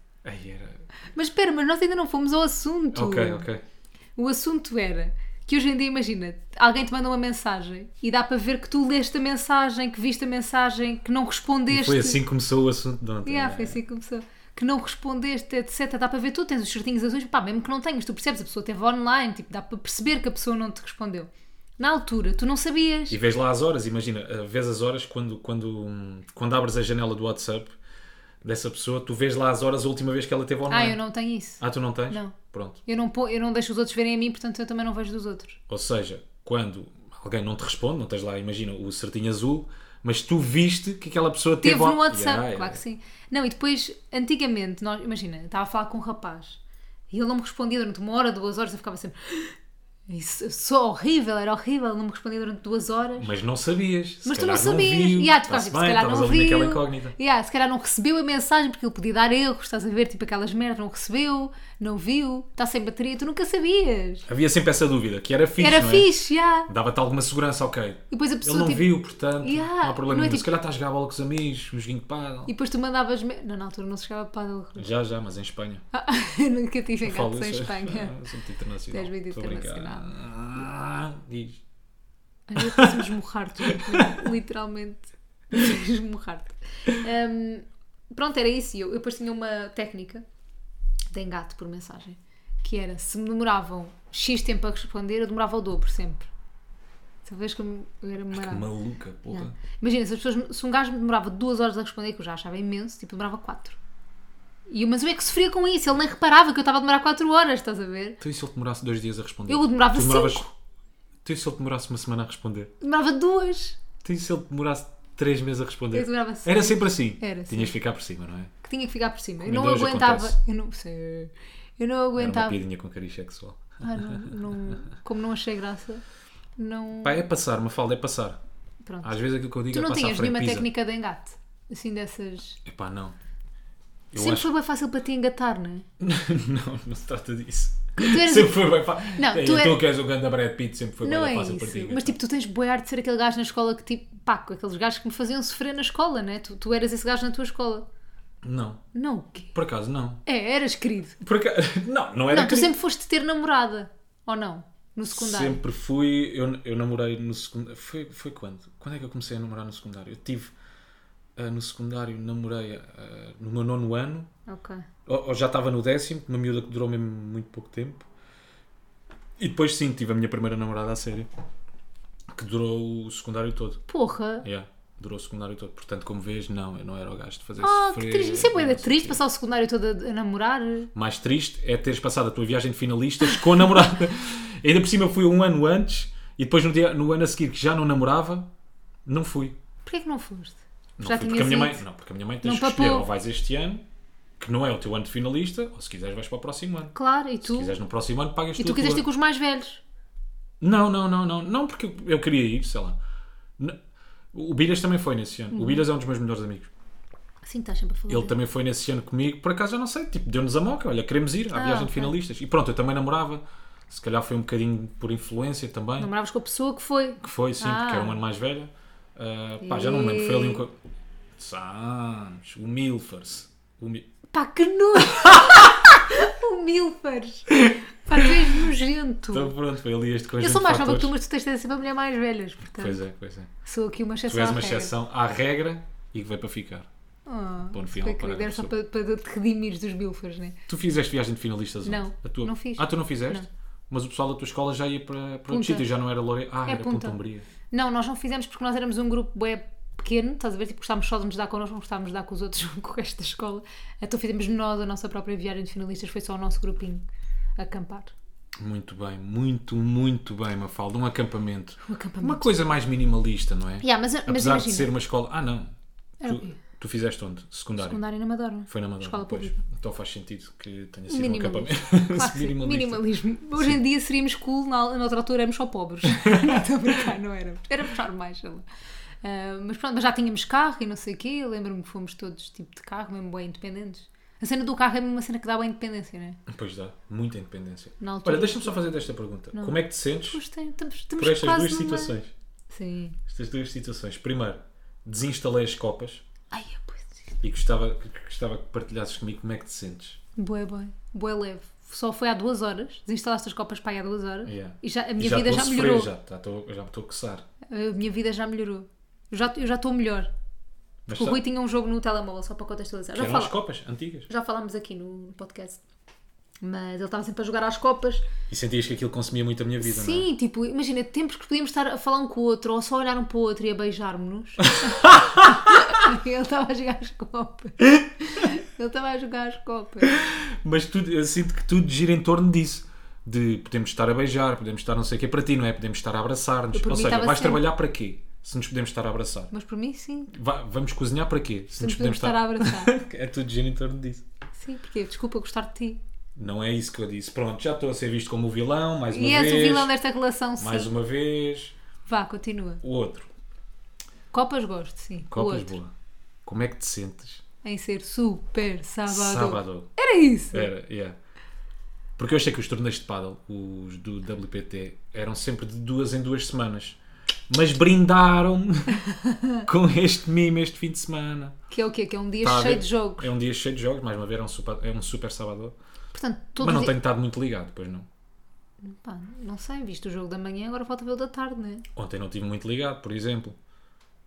Speaker 1: Aí era.
Speaker 2: Mas espera, mas nós ainda não fomos ao assunto.
Speaker 1: Ok.
Speaker 2: O assunto era que hoje em dia, imagina, alguém te manda uma mensagem e dá para ver que tu leste a mensagem, que viste a mensagem, que não respondeste.
Speaker 1: E foi assim que começou o assunto de ontem.
Speaker 2: Yeah, foi assim que começou. Que não respondeste, etc. Dá para ver, tu tens os certinhos azuis, pá, mesmo que não tenhas, tu percebes, a pessoa esteve online, tipo, dá para perceber que a pessoa não te respondeu. Na altura, tu não sabias.
Speaker 1: E vês lá as horas, imagina, vês as horas quando abres a janela do WhatsApp dessa pessoa, tu vês lá as horas a última vez que ela esteve online.
Speaker 2: Eu não tenho isso.
Speaker 1: Ah, tu não tens?
Speaker 2: Não.
Speaker 1: Pronto.
Speaker 2: Eu não deixo os outros verem a mim, portanto eu também não vejo dos outros.
Speaker 1: Ou seja, quando alguém não te responde, não tens lá, imagina, o certinho azul, mas tu viste que aquela pessoa
Speaker 2: Teve
Speaker 1: teve
Speaker 2: no WhatsApp,
Speaker 1: Yeah.
Speaker 2: claro que sim. Não, e depois, antigamente, imagina, eu estava a falar com um rapaz e ele não me respondia durante 1 hora, 2 horas, eu ficava sempre. Isso, eu sou horrível, era horrível, ele não me respondia durante 2 horas.
Speaker 1: Mas não sabias. Se
Speaker 2: Mas tu não
Speaker 1: calhar
Speaker 2: sabias.
Speaker 1: viu.
Speaker 2: Yeah, tu
Speaker 1: Está-se
Speaker 2: ficavas, tipo,
Speaker 1: bem,
Speaker 2: se calhar
Speaker 1: estavas
Speaker 2: não
Speaker 1: ali
Speaker 2: viu.
Speaker 1: naquela incógnita.
Speaker 2: Yeah, se calhar não recebeu a mensagem porque ele podia dar erros, estás a ver? Tipo aquelas merdas, não recebeu, não viu, está sem bateria, tu nunca sabias.
Speaker 1: Havia sempre essa dúvida, que era fixe,
Speaker 2: Era
Speaker 1: não é?
Speaker 2: fixe, já.
Speaker 1: Dava-te alguma segurança, ok.
Speaker 2: E depois a pessoa
Speaker 1: Ele não
Speaker 2: tipo,
Speaker 1: viu, portanto,
Speaker 2: Yeah,
Speaker 1: não há problema
Speaker 2: não é
Speaker 1: nenhum. Se
Speaker 2: tipo-
Speaker 1: calhar estás a jogar bola com os amigos, um joguinho de pádel.
Speaker 2: E depois tu mandavas. Não, na altura não se chegava pádel.
Speaker 1: Já, mas em Espanha.
Speaker 2: Eu nunca tive em
Speaker 1: Falo
Speaker 2: gatos em
Speaker 1: isso.
Speaker 2: Espanha.
Speaker 1: Sou muito internacional.
Speaker 2: Tu és muito
Speaker 1: Estou a brincar.
Speaker 2: internacional.
Speaker 1: Diz.
Speaker 2: Às vezes posso-me esmurrar-te, literalmente. Esmurrar-te. pronto, era isso. E eu depois tinha uma técnica de engate por mensagem, que era, se me demoravam X tempo a responder, eu demorava o dobro sempre. Talvez que eu era
Speaker 1: Que
Speaker 2: marada.
Speaker 1: maluca, porra.
Speaker 2: Yeah. Imagina, se um gajo me demorava 2 horas a responder, que eu já achava imenso, tipo, demorava 4. Mas eu é que sofria com isso, ele nem reparava que eu estava a demorar 4 horas, estás a ver?
Speaker 1: Então e se ele demorasse 2 dias a responder?
Speaker 2: Eu demorava
Speaker 1: Tu demoravas-
Speaker 2: 5.
Speaker 1: Então e se ele demorasse uma semana a responder?
Speaker 2: Demorava 2.
Speaker 1: Então e se ele demorasse 3 meses a responder?
Speaker 2: Eu demorava 5.
Speaker 1: Era sempre assim.
Speaker 2: Era, sim.
Speaker 1: Tinhas de ficar por cima, não é?
Speaker 2: Que tinha que ficar por cima. Eu
Speaker 1: Comigo
Speaker 2: não
Speaker 1: hoje
Speaker 2: aguentava.
Speaker 1: acontece.
Speaker 2: Eu não sei. Eu não
Speaker 1: Era uma
Speaker 2: aguentava.
Speaker 1: piadinha com cariz sexual.
Speaker 2: Como não achei graça, não.
Speaker 1: Pá, é passar, Mafalda, é passar.
Speaker 2: Pronto.
Speaker 1: Às vezes aquilo que eu digo
Speaker 2: Tu
Speaker 1: é
Speaker 2: não
Speaker 1: passar à
Speaker 2: tinhas
Speaker 1: frente,
Speaker 2: nenhuma
Speaker 1: pisa.
Speaker 2: técnica de engate? Assim dessas.
Speaker 1: Epá, não. Eu
Speaker 2: Sempre
Speaker 1: acho...
Speaker 2: foi bem fácil para ti engatar, não é?
Speaker 1: não se trata disso.
Speaker 2: eras-
Speaker 1: Sempre foi bem fácil.
Speaker 2: Não,
Speaker 1: Ei,
Speaker 2: tu
Speaker 1: tu
Speaker 2: é-
Speaker 1: que és o grande Brad Pitt, sempre foi
Speaker 2: Não
Speaker 1: bem
Speaker 2: é
Speaker 1: fácil
Speaker 2: isso.
Speaker 1: para ti.
Speaker 2: Mas tipo, tu tens boa arte de ser aquele gajo na escola que tipo, pá, aqueles gajos que me faziam sofrer na escola, né? Tu eras esse gajo na tua escola.
Speaker 1: Não,
Speaker 2: Não, o quê?
Speaker 1: por acaso não.
Speaker 2: Eras querido.
Speaker 1: Por acaso... Não era
Speaker 2: Não, tu
Speaker 1: querido.
Speaker 2: sempre foste ter namorada. Ou não? No secundário.
Speaker 1: Sempre fui. Eu namorei no secundário. Foi quando? Quando é que eu comecei a namorar no secundário? Eu tive. No secundário, namorei no meu 9º ano.
Speaker 2: Ok.
Speaker 1: Ou já estava no 10º, uma miúda que durou mesmo muito pouco tempo. E depois sim, tive a minha primeira namorada a sério. Que durou o secundário todo.
Speaker 2: Porra.
Speaker 1: Yeah, durou o secundário todo. Portanto, como vês, não, eu não era o gajo de fazer
Speaker 2: Que
Speaker 1: sofrer.
Speaker 2: triste. Isso é bué
Speaker 1: não
Speaker 2: da
Speaker 1: sei
Speaker 2: triste
Speaker 1: o quê.
Speaker 2: passar o secundário todo a namorar.
Speaker 1: Mais triste é teres passado a tua viagem de finalistas com a namorada. Ainda por cima eu fui um ano antes e depois no ano a seguir que já não namorava, não fui.
Speaker 2: Porquê que não foste?
Speaker 1: Não
Speaker 2: Já
Speaker 1: fui porque a
Speaker 2: tinhas
Speaker 1: minha mãe,
Speaker 2: ido.
Speaker 1: não, porque a minha mãe tens
Speaker 2: Não
Speaker 1: que escolher,
Speaker 2: papou.
Speaker 1: ou vais este ano, que não é o teu ano de finalista, ou se quiseres vais para o próximo ano.
Speaker 2: Claro, e
Speaker 1: Se
Speaker 2: tu?
Speaker 1: quiseres no próximo ano pagas
Speaker 2: E
Speaker 1: tu
Speaker 2: tu
Speaker 1: a
Speaker 2: quiseste
Speaker 1: tua.
Speaker 2: ir com os mais velhos.
Speaker 1: Não, porque eu queria ir, sei lá. O Biras também foi nesse ano. O Biras é um dos meus melhores amigos.
Speaker 2: Sim, estás sempre a falar.
Speaker 1: Ele
Speaker 2: disso.
Speaker 1: também foi nesse ano comigo, por acaso já não sei, tipo, deu-nos a moca, olha, queremos ir à viagem de
Speaker 2: ok.
Speaker 1: finalistas. E pronto, eu também namorava, se calhar foi um bocadinho por influência também,
Speaker 2: Namoravas com a pessoa que foi.
Speaker 1: que foi sim, porque era um ano mais velha. Pá, já não me lembro, foi ali um... Santos, o Milfers.
Speaker 2: Pá, que nojo! O Milfers! Pá, tu és nojento.
Speaker 1: Então pronto, foi ali este conjunto
Speaker 2: Eu sou mais
Speaker 1: de
Speaker 2: nova que tu,
Speaker 1: fatores.
Speaker 2: mas tu tens de ter sempre a mulher mais velhas. Portanto,
Speaker 1: Pois é.
Speaker 2: sou aqui uma exceção.
Speaker 1: Tu és
Speaker 2: à
Speaker 1: uma
Speaker 2: regra.
Speaker 1: exceção à regra e que veio para ficar.
Speaker 2: Ah,
Speaker 1: Ponto final,
Speaker 2: foi querido,
Speaker 1: parágrafo.
Speaker 2: era só para te redimires dos Milfers, né?
Speaker 1: Tu fizeste viagem de finalistas onde?
Speaker 2: Não,
Speaker 1: A tua...
Speaker 2: não fiz.
Speaker 1: Ah, tu não fizeste?
Speaker 2: Não.
Speaker 1: Mas o pessoal da tua escola já ia para outro
Speaker 2: Punta.
Speaker 1: sítio, já não era Lore... Ah,
Speaker 2: É
Speaker 1: era
Speaker 2: Punta.
Speaker 1: Ponta Umbria.
Speaker 2: Não, nós não fizemos porque nós éramos um grupo bué pequeno, estás a ver? Tipo, gostávamos só de nos dar connosco, não gostávamos de dar com os outros, com o resto da escola. Então fizemos nós a nossa própria viagem de finalistas, foi só o nosso grupinho a acampar.
Speaker 1: Muito bem, muito bem, Mafalda. Um acampamento.
Speaker 2: Um acampamento.
Speaker 1: Uma coisa mais minimalista, não é?
Speaker 2: Yeah, mas
Speaker 1: Apesar de
Speaker 2: imagina,
Speaker 1: ser uma escola... Ah, não.
Speaker 2: Era o quê?
Speaker 1: Tu fizeste onde? Secundário?
Speaker 2: secundário na Amadora.
Speaker 1: Foi na Madeira.
Speaker 2: Escola
Speaker 1: Pois.
Speaker 2: pública.
Speaker 1: Então faz sentido que tenha sido um
Speaker 2: Minimalismo.
Speaker 1: acampamento.
Speaker 2: Claro que sim.
Speaker 1: Minimalista.
Speaker 2: Minimalismo. Hoje em dia seríamos cool, noutra altura éramos só pobres. Não estou a brincar, não éramos. Éramos normais, sei lá. Mas pronto, mas já tínhamos carro e não sei o quê. Eu lembro-me que fomos todos tipo de carro, mesmo bem independentes. A cena do carro é mesmo uma cena que dá bem independência, não é?
Speaker 1: Pois dá, muita independência.
Speaker 2: Na altura.
Speaker 1: Olha, deixa-me só fazer esta pergunta. Como é que te sentes
Speaker 2: Gostei, estamos
Speaker 1: por estas
Speaker 2: quase
Speaker 1: duas
Speaker 2: numa-
Speaker 1: situações?
Speaker 2: Sim.
Speaker 1: Estas duas situações. Primeiro, desinstalei as copas
Speaker 2: Ai, é pois.
Speaker 1: e gostava que partilhasses comigo como é que te sentes.
Speaker 2: Bué leve. Só foi há 2 horas. Desinstalaste as copas para aí há 2 horas.
Speaker 1: Yeah.
Speaker 2: E já, a
Speaker 1: E
Speaker 2: minha vida
Speaker 1: estou
Speaker 2: já
Speaker 1: a sofrer,
Speaker 2: melhorou.
Speaker 1: já me estou a coçar.
Speaker 2: A minha vida já melhorou. Eu já estou melhor.
Speaker 1: Mas
Speaker 2: O
Speaker 1: só,
Speaker 2: Rui tinha um jogo no telemóvel, só para contextualizar.
Speaker 1: que eram as copas antigas.
Speaker 2: Já falámos aqui no podcast. Mas ele estava sempre a jogar às copas.
Speaker 1: E sentias que aquilo consumia muito a minha vida, não
Speaker 2: Sim, tipo, imagina, tempos que podíamos estar a falar um com o outro ou só olhar um para o outro e a beijar-nos. Ele estava a jogar às copas. Ele estava a jogar às copas.
Speaker 1: é? Mas eu sinto que tudo gira em torno disso. De podemos estar a beijar, podemos estar não sei o quê. Para ti, não é? Podemos estar a abraçar-nos.
Speaker 2: Eu, por
Speaker 1: Ou
Speaker 2: mim,
Speaker 1: seja,
Speaker 2: estava
Speaker 1: vais
Speaker 2: sempre.
Speaker 1: trabalhar para quê? Se nos podemos estar a abraçar.
Speaker 2: Mas por mim, sim.
Speaker 1: Vamos cozinhar para quê? Se
Speaker 2: Nos podemos estar a abraçar.
Speaker 1: É tudo gira em torno disso.
Speaker 2: Sim, porque desculpa gostar de ti.
Speaker 1: Não é isso que eu disse. Pronto, já estou a ser visto como o vilão, mais uma
Speaker 2: E és
Speaker 1: vez.
Speaker 2: o vilão desta relação, sim.
Speaker 1: Mais uma vez.
Speaker 2: Vá, continua.
Speaker 1: O outro.
Speaker 2: Copas gosto, sim. O
Speaker 1: Copas
Speaker 2: outro.
Speaker 1: boa. Como é que te sentes?
Speaker 2: Em ser super sábado.
Speaker 1: Sábado.
Speaker 2: Era isso.
Speaker 1: Era, yeah. Porque eu achei que os torneios de pádel, os do WPT, eram sempre de 2 em 2 semanas. Mas brindaram-me com este mimo este fim de semana.
Speaker 2: Que é o quê? Que é um dia
Speaker 1: Tá a
Speaker 2: cheio
Speaker 1: ver?
Speaker 2: de jogos.
Speaker 1: É um dia cheio de jogos, mais uma vez é um super sábado.
Speaker 2: Portanto, todos
Speaker 1: Mas não
Speaker 2: os
Speaker 1: tenho estado muito ligado, pois não.
Speaker 2: Pá, não sei, visto o jogo da manhã, agora falta ver o da tarde, não é?
Speaker 1: Ontem não estive muito ligado, por exemplo.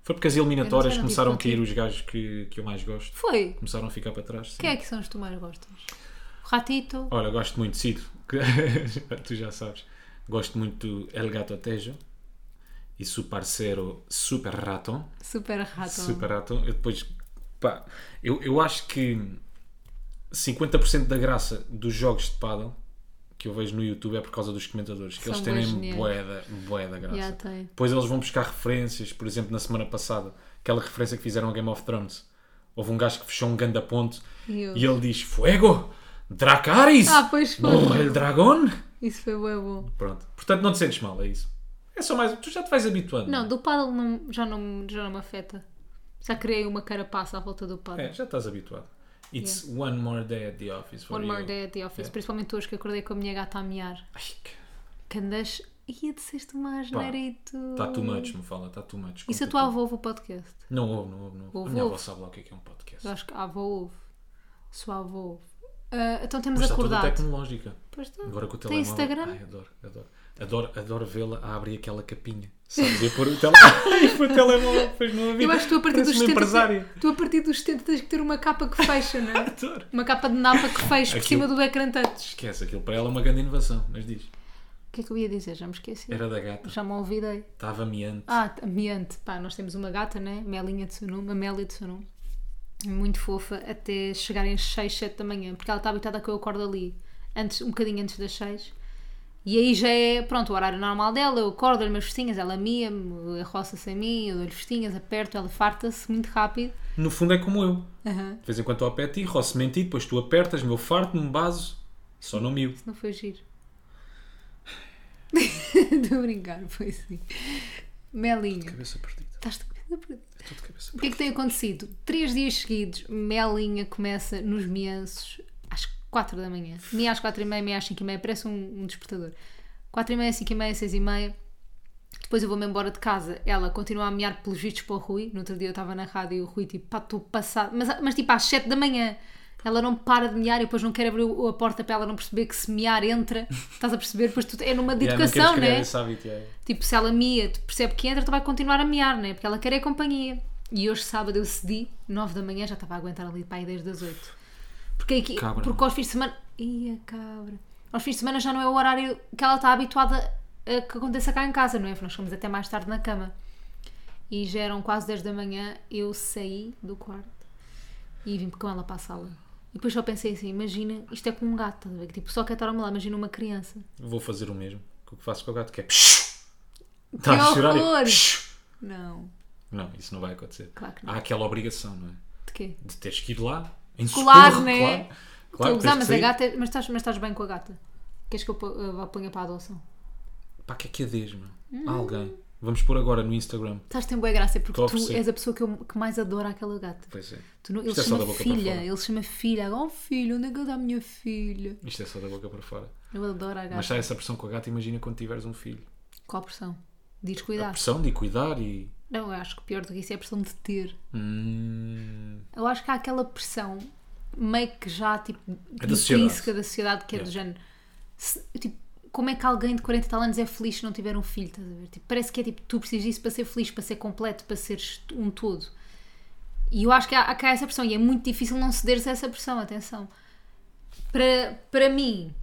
Speaker 1: Foi porque as eliminatórias
Speaker 2: Eu não sei,
Speaker 1: começaram
Speaker 2: não
Speaker 1: a
Speaker 2: tive
Speaker 1: cair os gajos que eu mais gosto.
Speaker 2: Foi.
Speaker 1: Começaram a ficar para trás. Sim.
Speaker 2: Quem é que são os que tu mais gostas? O Ratito.
Speaker 1: Olha, gosto muito de Cid. Tu já sabes. Gosto muito do El Gato Tejo e seu parceiro Super Raton.
Speaker 2: Super Rato.
Speaker 1: Super Raton. Eu depois, pá, eu acho que 50% da graça dos jogos de pádel que eu vejo no YouTube é por causa dos comentadores, que
Speaker 2: São
Speaker 1: eles têm
Speaker 2: bué
Speaker 1: mesmo
Speaker 2: geniais.
Speaker 1: bué da graça.
Speaker 2: Já tem.
Speaker 1: Depois eles vão buscar referências, por exemplo, na semana passada, aquela referência que fizeram a Game of Thrones. Houve um gajo que fechou um ganda ponto e ele diz: Fuego! Dracarys!
Speaker 2: Ah, pois foi.
Speaker 1: El dragón!
Speaker 2: Isso foi bem bom.
Speaker 1: Pronto. Portanto, não te sentes mal, é isso. É só mais. Tu já te vais habituando.
Speaker 2: Não, do paddle já não me afeta. Já criei uma carapaça à volta do paddle.
Speaker 1: É, já estás habituado. It's one more day at the office for
Speaker 2: One
Speaker 1: you.
Speaker 2: more day at the office.
Speaker 1: Yeah.
Speaker 2: Principalmente hoje que acordei com a minha gata a miar.
Speaker 1: Ai,
Speaker 2: Que andas... Ia disseste uma asneira e tu...
Speaker 1: está too much, me fala, está too much.
Speaker 2: E se a tua avó ouve o podcast?
Speaker 1: Não ouve. A
Speaker 2: Ouve,
Speaker 1: minha avó
Speaker 2: ouve.
Speaker 1: sabe lá o que é um podcast.
Speaker 2: Eu acho que a avó ouve. Sua avó ouve. Então temos
Speaker 1: Mas está toda
Speaker 2: acordado.
Speaker 1: tecnológica.
Speaker 2: Pois está.
Speaker 1: Agora com o
Speaker 2: Tem
Speaker 1: telemóvel.
Speaker 2: Instagram?
Speaker 1: Ai, adoro vê-la a abrir aquela capinha. Sabes? Eu pôr o telemóvel, depois não havia.
Speaker 2: Eu acho que tu a partir dos
Speaker 1: Parece uma
Speaker 2: 70...
Speaker 1: empresária.
Speaker 2: Tu a partir dos 70 tens que ter uma capa que fecha, não é?
Speaker 1: Adoro.
Speaker 2: Uma capa de napa que fecha por
Speaker 1: Aquilo-
Speaker 2: cima do ecrã touch.
Speaker 1: Esquece, aquilo para ela é uma grande inovação. Mas diz,
Speaker 2: O que é que eu ia dizer? Já me esqueci.
Speaker 1: era da gata.
Speaker 2: Já me olvidei.
Speaker 1: Estava amiante.
Speaker 2: Amiante. Pá, nós temos uma gata, né? Melinha de seu nome, Amélia de seu nome. Muito fofa até chegarem às 6, 7 da manhã, porque ela está habitada que eu acordo ali um bocadinho antes das 6. E aí já é, pronto, o horário normal dela. Eu acordo, dou-lhe umas festinhas, ela mia-me, arroça-se a mim, eu dou-lhe festinhas, aperto, ela farta-se muito rápido.
Speaker 1: No fundo é como eu.
Speaker 2: Aham.
Speaker 1: De vez em quando estou a pé de ti, roço-me em ti, depois tu apertas, meu farto-me, baso, só não mio.
Speaker 2: Isso não foi giro. Estou a brincar, foi assim. Melinha.
Speaker 1: Cabeça perdida.
Speaker 2: Estás de cabeça perdida.
Speaker 1: Estou de cabeça
Speaker 2: O que é que tem acontecido? 3 dias seguidos, Melinha começa nos mianços às 4 da manhã. Mia às 4h30, mia às 5h30, parece um despertador. 4h30, 5h30, 6h30. Depois eu vou-me embora de casa. Ela continua a miar pelos vistos para o Rui. No outro dia eu estava na rádio e o Rui, tipo, pá, estou passado. Mas tipo, às 7 da manhã. Ela não para de miar e depois não quer abrir a porta para ela não perceber que se miar entra. Estás a perceber? Depois é numa de educação,
Speaker 1: não é?
Speaker 2: né?
Speaker 1: Esse hábito, yeah.
Speaker 2: Tipo, se ela mia, tu percebe que entra, tu vai continuar a miar, né? Porque ela quer a companhia. E hoje, sábado, eu cedi, 9 da manhã, já estava a aguentar ali para aí desde as 8. Porque,
Speaker 1: Cabra.
Speaker 2: porque aos fins de semana. Ia, cabra. Aos fins de semana já não é o horário que ela está habituada a que aconteça cá em casa, não é? Porque nós ficamos até mais tarde na cama. E já eram quase 10 da manhã, eu saí do quarto e vim com ela para a sala. E depois só pensei assim, imagina, isto é como um gato, estás a ver? Que, tipo, só quer estar ao meu lado, imagina uma criança.
Speaker 1: Vou fazer o mesmo. O que faço com o gato que é está a chorar
Speaker 2: horror!
Speaker 1: e
Speaker 2: Não.
Speaker 1: não, isso não vai acontecer.
Speaker 2: Claro que não.
Speaker 1: Há aquela obrigação, não é?
Speaker 2: De quê?
Speaker 1: De teres que ir lá em
Speaker 2: Claro,
Speaker 1: socorro,
Speaker 2: né?
Speaker 1: claro. Claro,
Speaker 2: Estou a
Speaker 1: tens
Speaker 2: gozar,
Speaker 1: que
Speaker 2: mas a
Speaker 1: sair.
Speaker 2: gata mas estás bem com a gata? Queres que eu ponha para a adoção?
Speaker 1: Pá, que é que é desde, meu? Há alguém. Vamos pôr agora no Instagram.
Speaker 2: Estás tem boa graça, porque
Speaker 1: Estou a
Speaker 2: tu
Speaker 1: oferecer.
Speaker 2: és a pessoa que mais adora aquela gata.
Speaker 1: Pois é.
Speaker 2: Tu não, ele
Speaker 1: Isto é só
Speaker 2: chama
Speaker 1: da boca para
Speaker 2: filha,
Speaker 1: fora.
Speaker 2: ele chama filha. Oh filho, onde é que está a minha filha?
Speaker 1: Isto é só da boca para fora.
Speaker 2: Eu adoro a gata.
Speaker 1: Mas sai essa pressão com a gata, imagina quando tiveres um filho.
Speaker 2: Qual pressão? De
Speaker 1: A
Speaker 2: descuidar.
Speaker 1: pressão de cuidar e...
Speaker 2: Não, eu acho que pior do que isso é a pressão de ter.
Speaker 1: Hum,
Speaker 2: Eu acho que há aquela pressão meio que já, tipo,
Speaker 1: É da sociedade.
Speaker 2: intrínseca da sociedade que é do género. Tipo, como é que alguém de 40 e tal anos é feliz se não tiver um filho? Estás a ver? Tipo, parece que é tipo, tu precisas disso para ser feliz, para ser completo, para seres um todo. E eu acho que há essa pressão e é muito difícil não cederes a essa pressão, atenção. Para mim,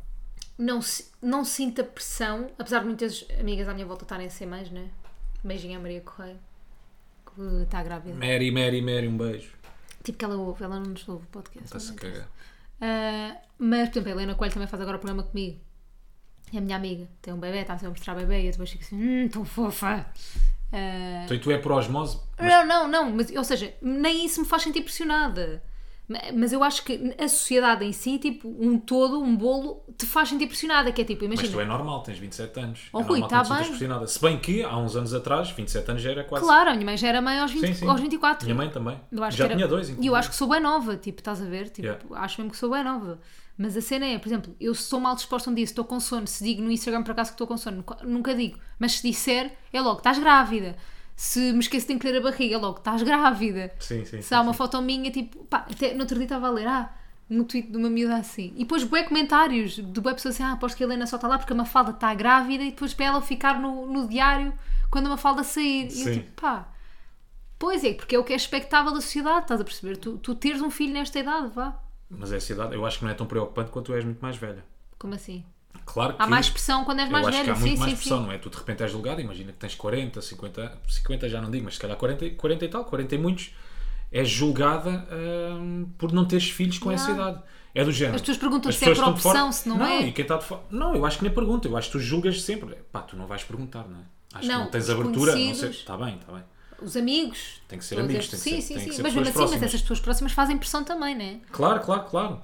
Speaker 2: não sinto a pressão, apesar de muitas amigas à minha volta estarem a ser mães, né? Beijinho à Maria Correia, que está grávida.
Speaker 1: Mary, um beijo.
Speaker 2: Tipo que ela ouve, ela não nos ouve o podcast.
Speaker 1: Está-se a
Speaker 2: não interessa.
Speaker 1: cagar.
Speaker 2: Mas, por exemplo, a Helena Coelho também faz agora o programa comigo. É a minha amiga, tem um bebê, está a mostrar bebê e eu depois fico assim, tão fofa.
Speaker 1: Então e tu é por osmose?
Speaker 2: Não, mas, ou seja, nem isso me faz sentir pressionada. Mas eu acho que a sociedade em si, tipo, um todo, um bolo, te faz sentir pressionada. Que é tipo,
Speaker 1: Mas tu
Speaker 2: imagina.
Speaker 1: é normal, tens 27 anos.
Speaker 2: Oh,
Speaker 1: é
Speaker 2: Rui,
Speaker 1: normal
Speaker 2: tá
Speaker 1: que te sintas
Speaker 2: bem.
Speaker 1: pressionada. Se bem que há uns anos atrás, 27 anos já era quase...
Speaker 2: Claro, a minha mãe já era mãe aos, 20,
Speaker 1: Sim, sim.
Speaker 2: aos 24.
Speaker 1: Minha mãe também.
Speaker 2: Eu acho
Speaker 1: Já
Speaker 2: que era-
Speaker 1: tinha dois,
Speaker 2: E eu
Speaker 1: inclusive.
Speaker 2: acho que sou bem nova, tipo, estás a ver? Tipo,
Speaker 1: Yeah.
Speaker 2: acho mesmo que sou bem nova. Mas a cena é, por exemplo, eu sou mal disposta um dia, se estou com sono, se digo no Instagram por acaso que estou com sono, nunca digo. Mas se disser, é logo, estás grávida. Se me esqueço de encolher a barriga, é logo, estás grávida.
Speaker 1: Sim, sim.
Speaker 2: Se há uma foto minha, tipo, pá, até no outro dia estava a ler, no tweet de uma miúda assim. E depois bué comentários de bué pessoas assim, aposto que a Helena só está lá porque a Mafalda está grávida e depois para ela ficar no diário quando a Mafalda sair. E eu
Speaker 1: Sim.
Speaker 2: tipo, pá, Pois é, porque é o que é expectável da sociedade, estás a perceber? Tu teres um filho nesta idade, vá.
Speaker 1: Mas essa idade eu acho que não é tão preocupante quanto tu és muito mais velha.
Speaker 2: Como assim?
Speaker 1: Claro que
Speaker 2: Há mais pressão quando és mais
Speaker 1: eu acho
Speaker 2: velho.
Speaker 1: que há muito
Speaker 2: Sim,
Speaker 1: mais
Speaker 2: sim,
Speaker 1: pressão,
Speaker 2: sim.
Speaker 1: não é? Tu de repente és julgado, imagina que tens 40, 50 já não digo, mas se calhar 40 e tal, 40 e muitos, és julgada por não teres filhos com essa idade. É do género.
Speaker 2: As pessoas perguntam
Speaker 1: As
Speaker 2: se é
Speaker 1: pessoas
Speaker 2: por
Speaker 1: estão de
Speaker 2: opção, se não é.
Speaker 1: E quem está de fora. Não, eu acho que nem pergunta, eu acho que tu julgas sempre. Pá, tu não vais perguntar, não é? Acho
Speaker 2: Não,
Speaker 1: que não tens
Speaker 2: os
Speaker 1: abertura, não sei.
Speaker 2: conhecidos.
Speaker 1: Está bem, está bem.
Speaker 2: Os amigos.
Speaker 1: Tem que ser
Speaker 2: Estou a
Speaker 1: amigos,
Speaker 2: dizer-
Speaker 1: tem que
Speaker 2: sim,
Speaker 1: ser- tem que
Speaker 2: sim.
Speaker 1: ser
Speaker 2: Mas
Speaker 1: pessoas
Speaker 2: mesmo assim, mas
Speaker 1: próximas.
Speaker 2: essas pessoas próximas fazem pressão também, não é?
Speaker 1: Claro.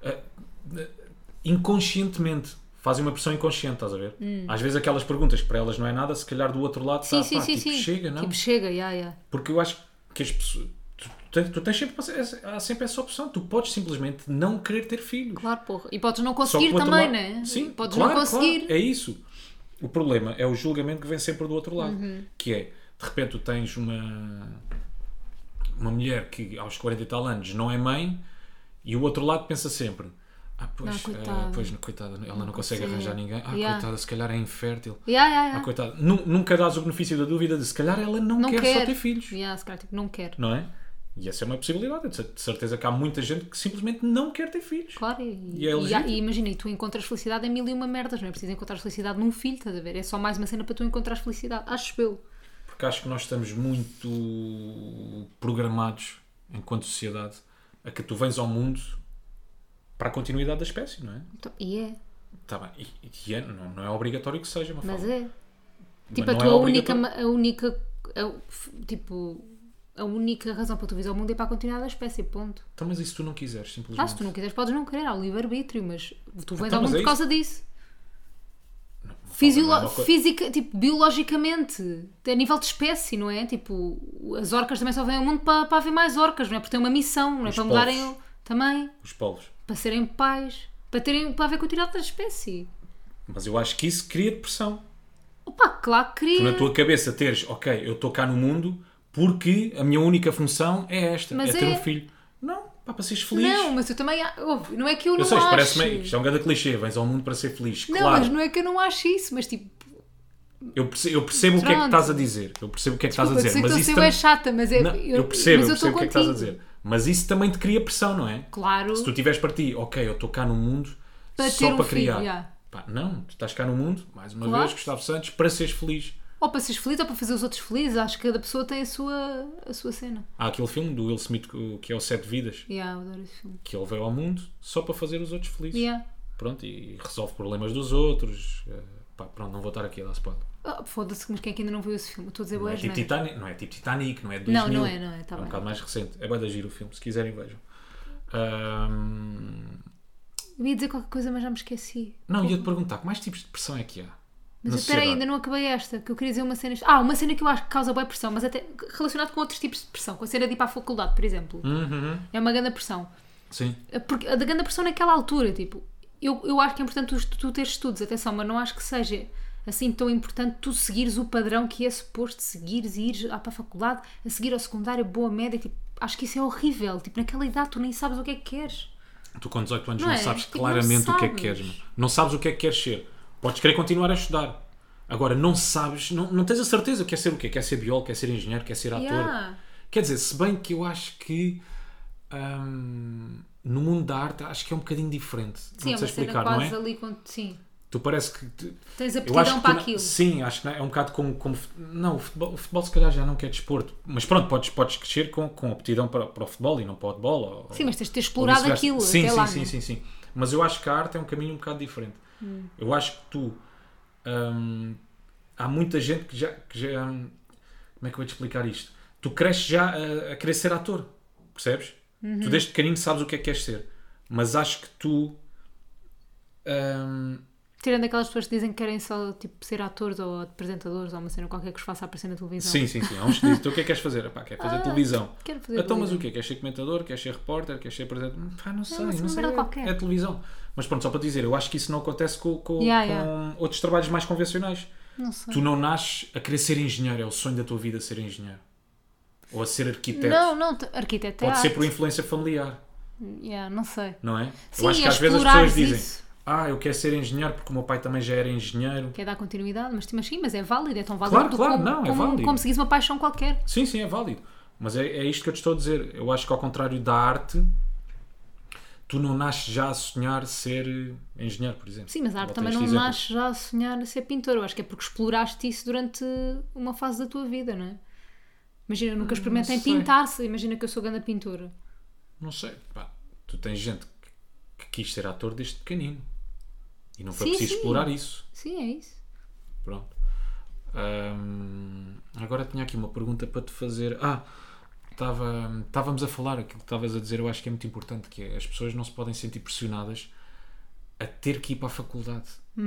Speaker 1: Inconscientemente. Fazem uma pressão inconsciente, estás a ver? Às vezes aquelas perguntas que para elas não é nada, se calhar do outro lado
Speaker 2: Sim,
Speaker 1: está,
Speaker 2: sim,
Speaker 1: tipo,
Speaker 2: sim.
Speaker 1: chega, não?
Speaker 2: Tipo, chega, ya.
Speaker 1: Porque eu acho que as pessoas... Tu tens sempre, há sempre essa opção. Tu podes simplesmente não querer ter filhos.
Speaker 2: Claro, porra. E podes não
Speaker 1: Só que
Speaker 2: conseguir
Speaker 1: o outro
Speaker 2: também,
Speaker 1: lado-
Speaker 2: não é?
Speaker 1: Sim,
Speaker 2: Podes
Speaker 1: claro,
Speaker 2: não conseguir.
Speaker 1: claro, é isso. O problema é o julgamento que vem sempre do outro lado.
Speaker 2: Uhum.
Speaker 1: Que é, de repente tu tens uma mulher que aos 40 e tal anos não é mãe e o outro lado pensa sempre
Speaker 2: Não, coitada.
Speaker 1: coitada, ela não consegue arranjar ninguém.
Speaker 2: Yeah.
Speaker 1: Coitada, se calhar é infértil.
Speaker 2: Ya.
Speaker 1: Coitada. Nunca dás o benefício da dúvida de se calhar ela não quer só ter filhos.
Speaker 2: Ya, se calhar, tipo, não quer.
Speaker 1: Não é? E essa é uma possibilidade. De certeza que há muita gente que simplesmente não quer ter filhos.
Speaker 2: Claro,
Speaker 1: E é legítimo.
Speaker 2: e imagina, e tu encontras felicidade em mil e uma merdas, não é preciso encontrar felicidade num filho, estás a ver? É só mais uma cena para tu encontrares felicidade, acho eu.
Speaker 1: Porque acho que nós estamos muito programados, enquanto sociedade, a que tu vens ao mundo para a continuidade da espécie, não é?
Speaker 2: Então, e é,
Speaker 1: Tá bem. E não é obrigatório que seja uma
Speaker 2: mas
Speaker 1: forma.
Speaker 2: é.
Speaker 1: Mas
Speaker 2: Tipo,
Speaker 1: não é obrigatório.
Speaker 2: a única razão para tu vir ao mundo é para a continuidade da espécie, ponto.
Speaker 1: Então, mas e se tu não quiseres, simplesmente?
Speaker 2: Ah, se tu não quiseres, podes não querer, há o livre-arbítrio, mas tu vens
Speaker 1: Então,
Speaker 2: ao
Speaker 1: mas
Speaker 2: mundo
Speaker 1: é
Speaker 2: por causa disso.
Speaker 1: Não é uma coisa-
Speaker 2: Física, tipo, biologicamente, a nível de espécie, não é? Tipo, as orcas também só vêm ao mundo para haver mais orcas, não é? Porque têm uma missão, não é?
Speaker 1: Os
Speaker 2: Para mudarem
Speaker 1: polvos.
Speaker 2: também,
Speaker 1: Os povos.
Speaker 2: para serem pais, para haver continuidade da espécie.
Speaker 1: Mas eu acho que isso cria depressão.
Speaker 2: Opa, claro que
Speaker 1: Tu
Speaker 2: queria.
Speaker 1: na tua cabeça teres, ok, eu estou cá no mundo porque a minha única função é esta,
Speaker 2: Mas
Speaker 1: é ter
Speaker 2: é.
Speaker 1: um filho. Não, pá, para seres feliz.
Speaker 2: Não, mas eu também. Ouve, não é que eu não
Speaker 1: eu sei, isto
Speaker 2: acho.
Speaker 1: parece-me, isto é um grande clichê, vens ao mundo para ser feliz.
Speaker 2: Não,
Speaker 1: Claro,
Speaker 2: mas não é que eu não acho isso, mas tipo.
Speaker 1: eu percebo o que é que
Speaker 2: Pronto.
Speaker 1: estás a dizer. Eu percebo o que é que estás a
Speaker 2: Desculpa,
Speaker 1: dizer.
Speaker 2: eu
Speaker 1: Mas
Speaker 2: sei
Speaker 1: isso
Speaker 2: que estou a
Speaker 1: também...
Speaker 2: ser chata, mas é.
Speaker 1: Não, eu percebo,
Speaker 2: mas
Speaker 1: eu
Speaker 2: estou
Speaker 1: percebo o que é que estás a
Speaker 2: contigo.
Speaker 1: dizer. Mas isso também te cria pressão, não é?
Speaker 2: Claro.
Speaker 1: Se tu tiveres para ti, ok, eu estou cá no mundo
Speaker 2: Para
Speaker 1: só
Speaker 2: ter um
Speaker 1: para
Speaker 2: filho,
Speaker 1: criar.
Speaker 2: já.
Speaker 1: Pá, não, tu estás cá no mundo, mais uma
Speaker 2: Claro.
Speaker 1: vez, Gustavo Santos, para seres feliz.
Speaker 2: Ou para seres feliz ou para fazer os outros felizes. Acho que cada pessoa tem a sua cena.
Speaker 1: Há aquele filme do Will Smith que é o Sete Vidas,
Speaker 2: Yeah, eu adoro esse filme.
Speaker 1: que ele veio ao mundo só para fazer os outros felizes.
Speaker 2: Yeah.
Speaker 1: Pronto, e resolve problemas dos outros. Pá, pronto, não vou estar aqui a dar spoiler.
Speaker 2: Oh, foda-se, mas quem é que ainda não viu esse filme? Eu estou a dizer
Speaker 1: Não é,
Speaker 2: boas
Speaker 1: tipo
Speaker 2: neiras.
Speaker 1: Titanic, não é tipo Titanic, não é de
Speaker 2: Não,
Speaker 1: 2000.
Speaker 2: não é, tá
Speaker 1: um
Speaker 2: bem.
Speaker 1: bocado mais recente. É bem da giro o filme, se quiserem vejam.
Speaker 2: Eu ia dizer qualquer coisa, mas já me esqueci.
Speaker 1: Não, ia-te perguntar, que mais tipos de pressão é que há?
Speaker 2: Mas
Speaker 1: na
Speaker 2: espera aí,
Speaker 1: sociedade?
Speaker 2: ainda não acabei esta, que eu queria dizer uma cena. Uma cena que eu acho que causa boa pressão, mas até relacionado com outros tipos de pressão, com a cena de ir para a faculdade, por exemplo.
Speaker 1: Uhum.
Speaker 2: É uma grande pressão.
Speaker 1: Sim.
Speaker 2: Porque a da grande pressão naquela altura, tipo, eu acho que é importante tu teres estudos, atenção, mas não acho que seja assim tão importante tu seguires o padrão que é suposto seguires e ires para a faculdade, a seguir ao secundário, boa média, tipo, acho que isso é horrível. Tipo, naquela idade tu nem sabes o que é que queres.
Speaker 1: Tu com 18 anos
Speaker 2: Não
Speaker 1: não,
Speaker 2: é?
Speaker 1: sabes
Speaker 2: Tipo,
Speaker 1: claramente
Speaker 2: não
Speaker 1: o que é que
Speaker 2: sabes.
Speaker 1: queres. Mano. Não sabes o que é que queres ser. Podes querer continuar a estudar. Agora, não sabes, não tens a certeza. Quer ser o quê? Quer ser biólogo, quer ser engenheiro, quer ser ator.
Speaker 2: Yeah.
Speaker 1: Quer dizer, se bem que eu acho que no mundo da arte acho que é um bocadinho diferente.
Speaker 2: Sim,
Speaker 1: não
Speaker 2: é
Speaker 1: sei
Speaker 2: uma cena
Speaker 1: explicar, não
Speaker 2: quase
Speaker 1: é?
Speaker 2: ali com... Sim.
Speaker 1: Tu parece que...
Speaker 2: Tens
Speaker 1: eu
Speaker 2: aptidão
Speaker 1: acho que
Speaker 2: para
Speaker 1: tu
Speaker 2: aquilo.
Speaker 1: sim, acho que é um bocado como não, o futebol se calhar já não quer desporto. Mas pronto, podes crescer com aptidão para o futebol e não para o handball.
Speaker 2: Sim, mas tens de ter
Speaker 1: ou
Speaker 2: explorado
Speaker 1: vice-versa.
Speaker 2: aquilo
Speaker 1: Sim,
Speaker 2: até
Speaker 1: sim,
Speaker 2: lá.
Speaker 1: sim,
Speaker 2: né?
Speaker 1: sim, sim. Mas eu acho que a arte é um caminho um bocado diferente. Eu acho que tu... há muita gente que já... como é que eu vou te explicar isto? Tu cresces já a querer ser ator. Percebes? Tu desde pequenino sabes o que é que queres ser. Mas acho que tu...
Speaker 2: Tirando aquelas pessoas que dizem que querem só tipo, ser atores ou apresentadores ou uma cena qualquer que os faça aparecer na televisão.
Speaker 1: Sim. Há uns que dizem, então o que é que queres fazer? Epá, quero fazer televisão.
Speaker 2: Quero fazer
Speaker 1: Então, mas
Speaker 2: televisão.
Speaker 1: o quê? Queres ser comentador? Queres ser repórter? Queres ser apresentador? Pá, não sei.
Speaker 2: mas
Speaker 1: Não
Speaker 2: uma
Speaker 1: sei.
Speaker 2: merda qualquer.
Speaker 1: É televisão. Mas pronto, só para te dizer, eu acho que isso não acontece com
Speaker 2: Yeah.
Speaker 1: outros trabalhos mais convencionais.
Speaker 2: Não sei.
Speaker 1: Tu não nasces a querer ser engenheiro. É o sonho da tua vida ser engenheiro. Ou a ser arquiteto.
Speaker 2: Não, arquiteto é
Speaker 1: Pode ser
Speaker 2: arte.
Speaker 1: por influência familiar.
Speaker 2: Yeah, não sei.
Speaker 1: Não é?
Speaker 2: Sim,
Speaker 1: eu acho que
Speaker 2: a
Speaker 1: às vezes as
Speaker 2: explorares
Speaker 1: pessoas dizem
Speaker 2: isso.
Speaker 1: eu quero ser engenheiro porque o meu pai também já era engenheiro.
Speaker 2: Quer dar continuidade, mas sim, mas é válido, é tão válido
Speaker 1: Claro,
Speaker 2: como,
Speaker 1: não, é
Speaker 2: como,
Speaker 1: válido.
Speaker 2: como seguires uma paixão qualquer.
Speaker 1: Sim, é válido. Mas é isto que eu te estou a dizer. Eu acho que ao contrário da arte, tu não nasces já a sonhar ser engenheiro, por exemplo.
Speaker 2: Sim, mas a arte
Speaker 1: Voltei
Speaker 2: também
Speaker 1: a este
Speaker 2: não
Speaker 1: exemplo.
Speaker 2: nasce já a sonhar a ser pintor. Eu acho que é porque exploraste isso durante uma fase da tua vida, não é? Imagina, eu nunca experimentei
Speaker 1: sei.
Speaker 2: pintar-se. Imagina que eu sou grande pintora.
Speaker 1: Não sei. Pá, tu tens gente que quis ser ator desde pequenino. E não foi
Speaker 2: Sim,
Speaker 1: preciso
Speaker 2: sim.
Speaker 1: explorar isso.
Speaker 2: Sim, é isso.
Speaker 1: Pronto. Agora tinha aqui uma pergunta para te fazer. Estávamos a falar aquilo que estavas a dizer, eu acho que é muito importante, que é, as pessoas não se podem sentir pressionadas a ter que ir para a faculdade.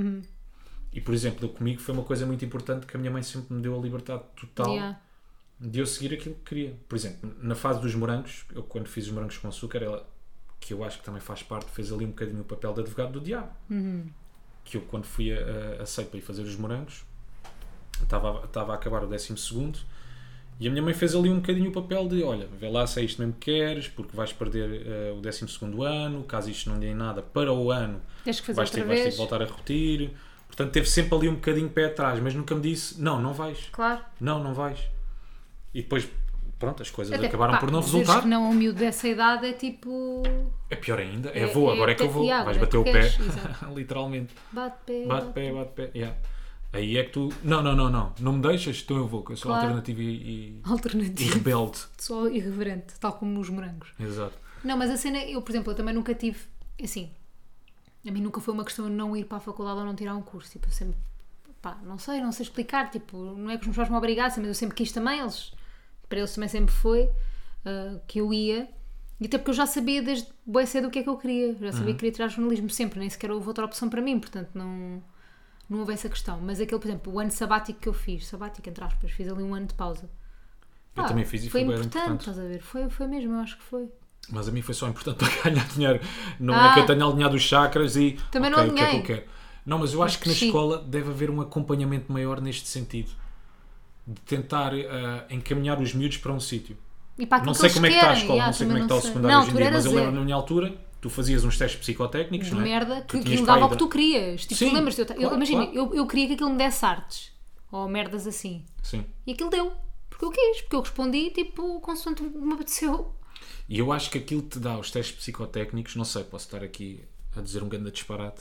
Speaker 1: E, por exemplo, eu comigo foi uma coisa muito importante que a minha mãe sempre me deu a liberdade total
Speaker 2: Yeah.
Speaker 1: de eu seguir aquilo que queria. Por exemplo, na fase dos morangos, eu quando fiz os morangos com açúcar, ela, que eu acho que também faz parte, fez ali um bocadinho o papel de advogado do diabo. Que eu, quando fui aceito para ir fazer os morangos, estava a acabar o 12º, e a minha mãe fez ali um bocadinho o papel de, olha, vê lá se é isto mesmo que queres, porque vais perder o 12º ano, caso isto não dê em nada para o ano,
Speaker 2: Tens que fazer
Speaker 1: vais
Speaker 2: outra
Speaker 1: ter
Speaker 2: vez.
Speaker 1: que voltar a repetir. Portanto, teve sempre ali um bocadinho pé atrás, mas nunca me disse, não vais.
Speaker 2: Claro.
Speaker 1: Não vais. E depois, pronto, as coisas
Speaker 2: Até,
Speaker 1: acabaram
Speaker 2: pá,
Speaker 1: por não
Speaker 2: dizeres
Speaker 1: resultar.
Speaker 2: que não a um miúdo dessa idade é tipo...
Speaker 1: É pior ainda, agora é que eu vou.
Speaker 2: yeah,
Speaker 1: Vais
Speaker 2: agora
Speaker 1: bater
Speaker 2: é
Speaker 1: o
Speaker 2: que
Speaker 1: pé,
Speaker 2: queres, exato.
Speaker 1: literalmente.
Speaker 2: Bate pé.
Speaker 1: Bate pé. Yeah. Aí é que tu, não me deixas, então eu vou, que eu sou
Speaker 2: Claro.
Speaker 1: alternativo e
Speaker 2: Alternativo.
Speaker 1: rebelde.
Speaker 2: Só irreverente, tal como os morangos.
Speaker 1: Exato.
Speaker 2: Não, mas a cena, eu, por exemplo, eu também nunca tive, assim, a mim nunca foi uma questão de não ir para a faculdade ou não tirar um curso. Tipo, eu sempre, pá, não sei explicar. Tipo, não é que os meus pais me obrigassem, mas eu sempre quis também, para eles também sempre foi que eu ia. E até porque eu já sabia desde bué cedo o que é que eu queria. Já sabia que queria tirar jornalismo sempre, nem sequer houve outra opção para mim, portanto não houve essa questão. Mas aquele, por exemplo, o ano sabático que eu fiz, sabático entre aspas, fiz ali um ano de pausa.
Speaker 1: Eu também fiz e foi bem importante.
Speaker 2: Estás a ver? Foi mesmo, eu acho que foi.
Speaker 1: Mas a mim foi só importante para ganhar dinheiro. Não é
Speaker 2: Ah.
Speaker 1: que eu tenha alinhado os chakras e
Speaker 2: Também
Speaker 1: ok,
Speaker 2: não
Speaker 1: o que é que
Speaker 2: alinhei.
Speaker 1: eu quero. Não, mas eu acho que na
Speaker 2: cresci.
Speaker 1: escola deve haver um acompanhamento maior neste sentido. De tentar encaminhar os miúdos para um sítio.
Speaker 2: E para aquilo
Speaker 1: Não sei
Speaker 2: que
Speaker 1: como é
Speaker 2: eles
Speaker 1: que está a
Speaker 2: querem,
Speaker 1: escola,
Speaker 2: yeah,
Speaker 1: não sei como
Speaker 2: também
Speaker 1: é que está o
Speaker 2: sei.
Speaker 1: secundário
Speaker 2: Não,
Speaker 1: hoje em
Speaker 2: tu
Speaker 1: dia,
Speaker 2: eras
Speaker 1: mas eu lembro
Speaker 2: zero.
Speaker 1: na minha altura, tu fazias uns testes psicotécnicos,
Speaker 2: de
Speaker 1: não é?
Speaker 2: merda
Speaker 1: Tu
Speaker 2: que
Speaker 1: tinhas
Speaker 2: aquilo
Speaker 1: para aí
Speaker 2: dava o que tu querias. Tipo,
Speaker 1: Sim,
Speaker 2: tu lembras-te?
Speaker 1: claro,
Speaker 2: Imagina,
Speaker 1: claro.
Speaker 2: eu queria que aquilo me desse artes. Ou merdas assim.
Speaker 1: Sim.
Speaker 2: E aquilo deu. Porque eu quis. Porque eu respondi, tipo, consoante me apeteceu.
Speaker 1: E eu acho que aquilo te dá os testes psicotécnicos, não sei, posso estar aqui a dizer um grande disparate,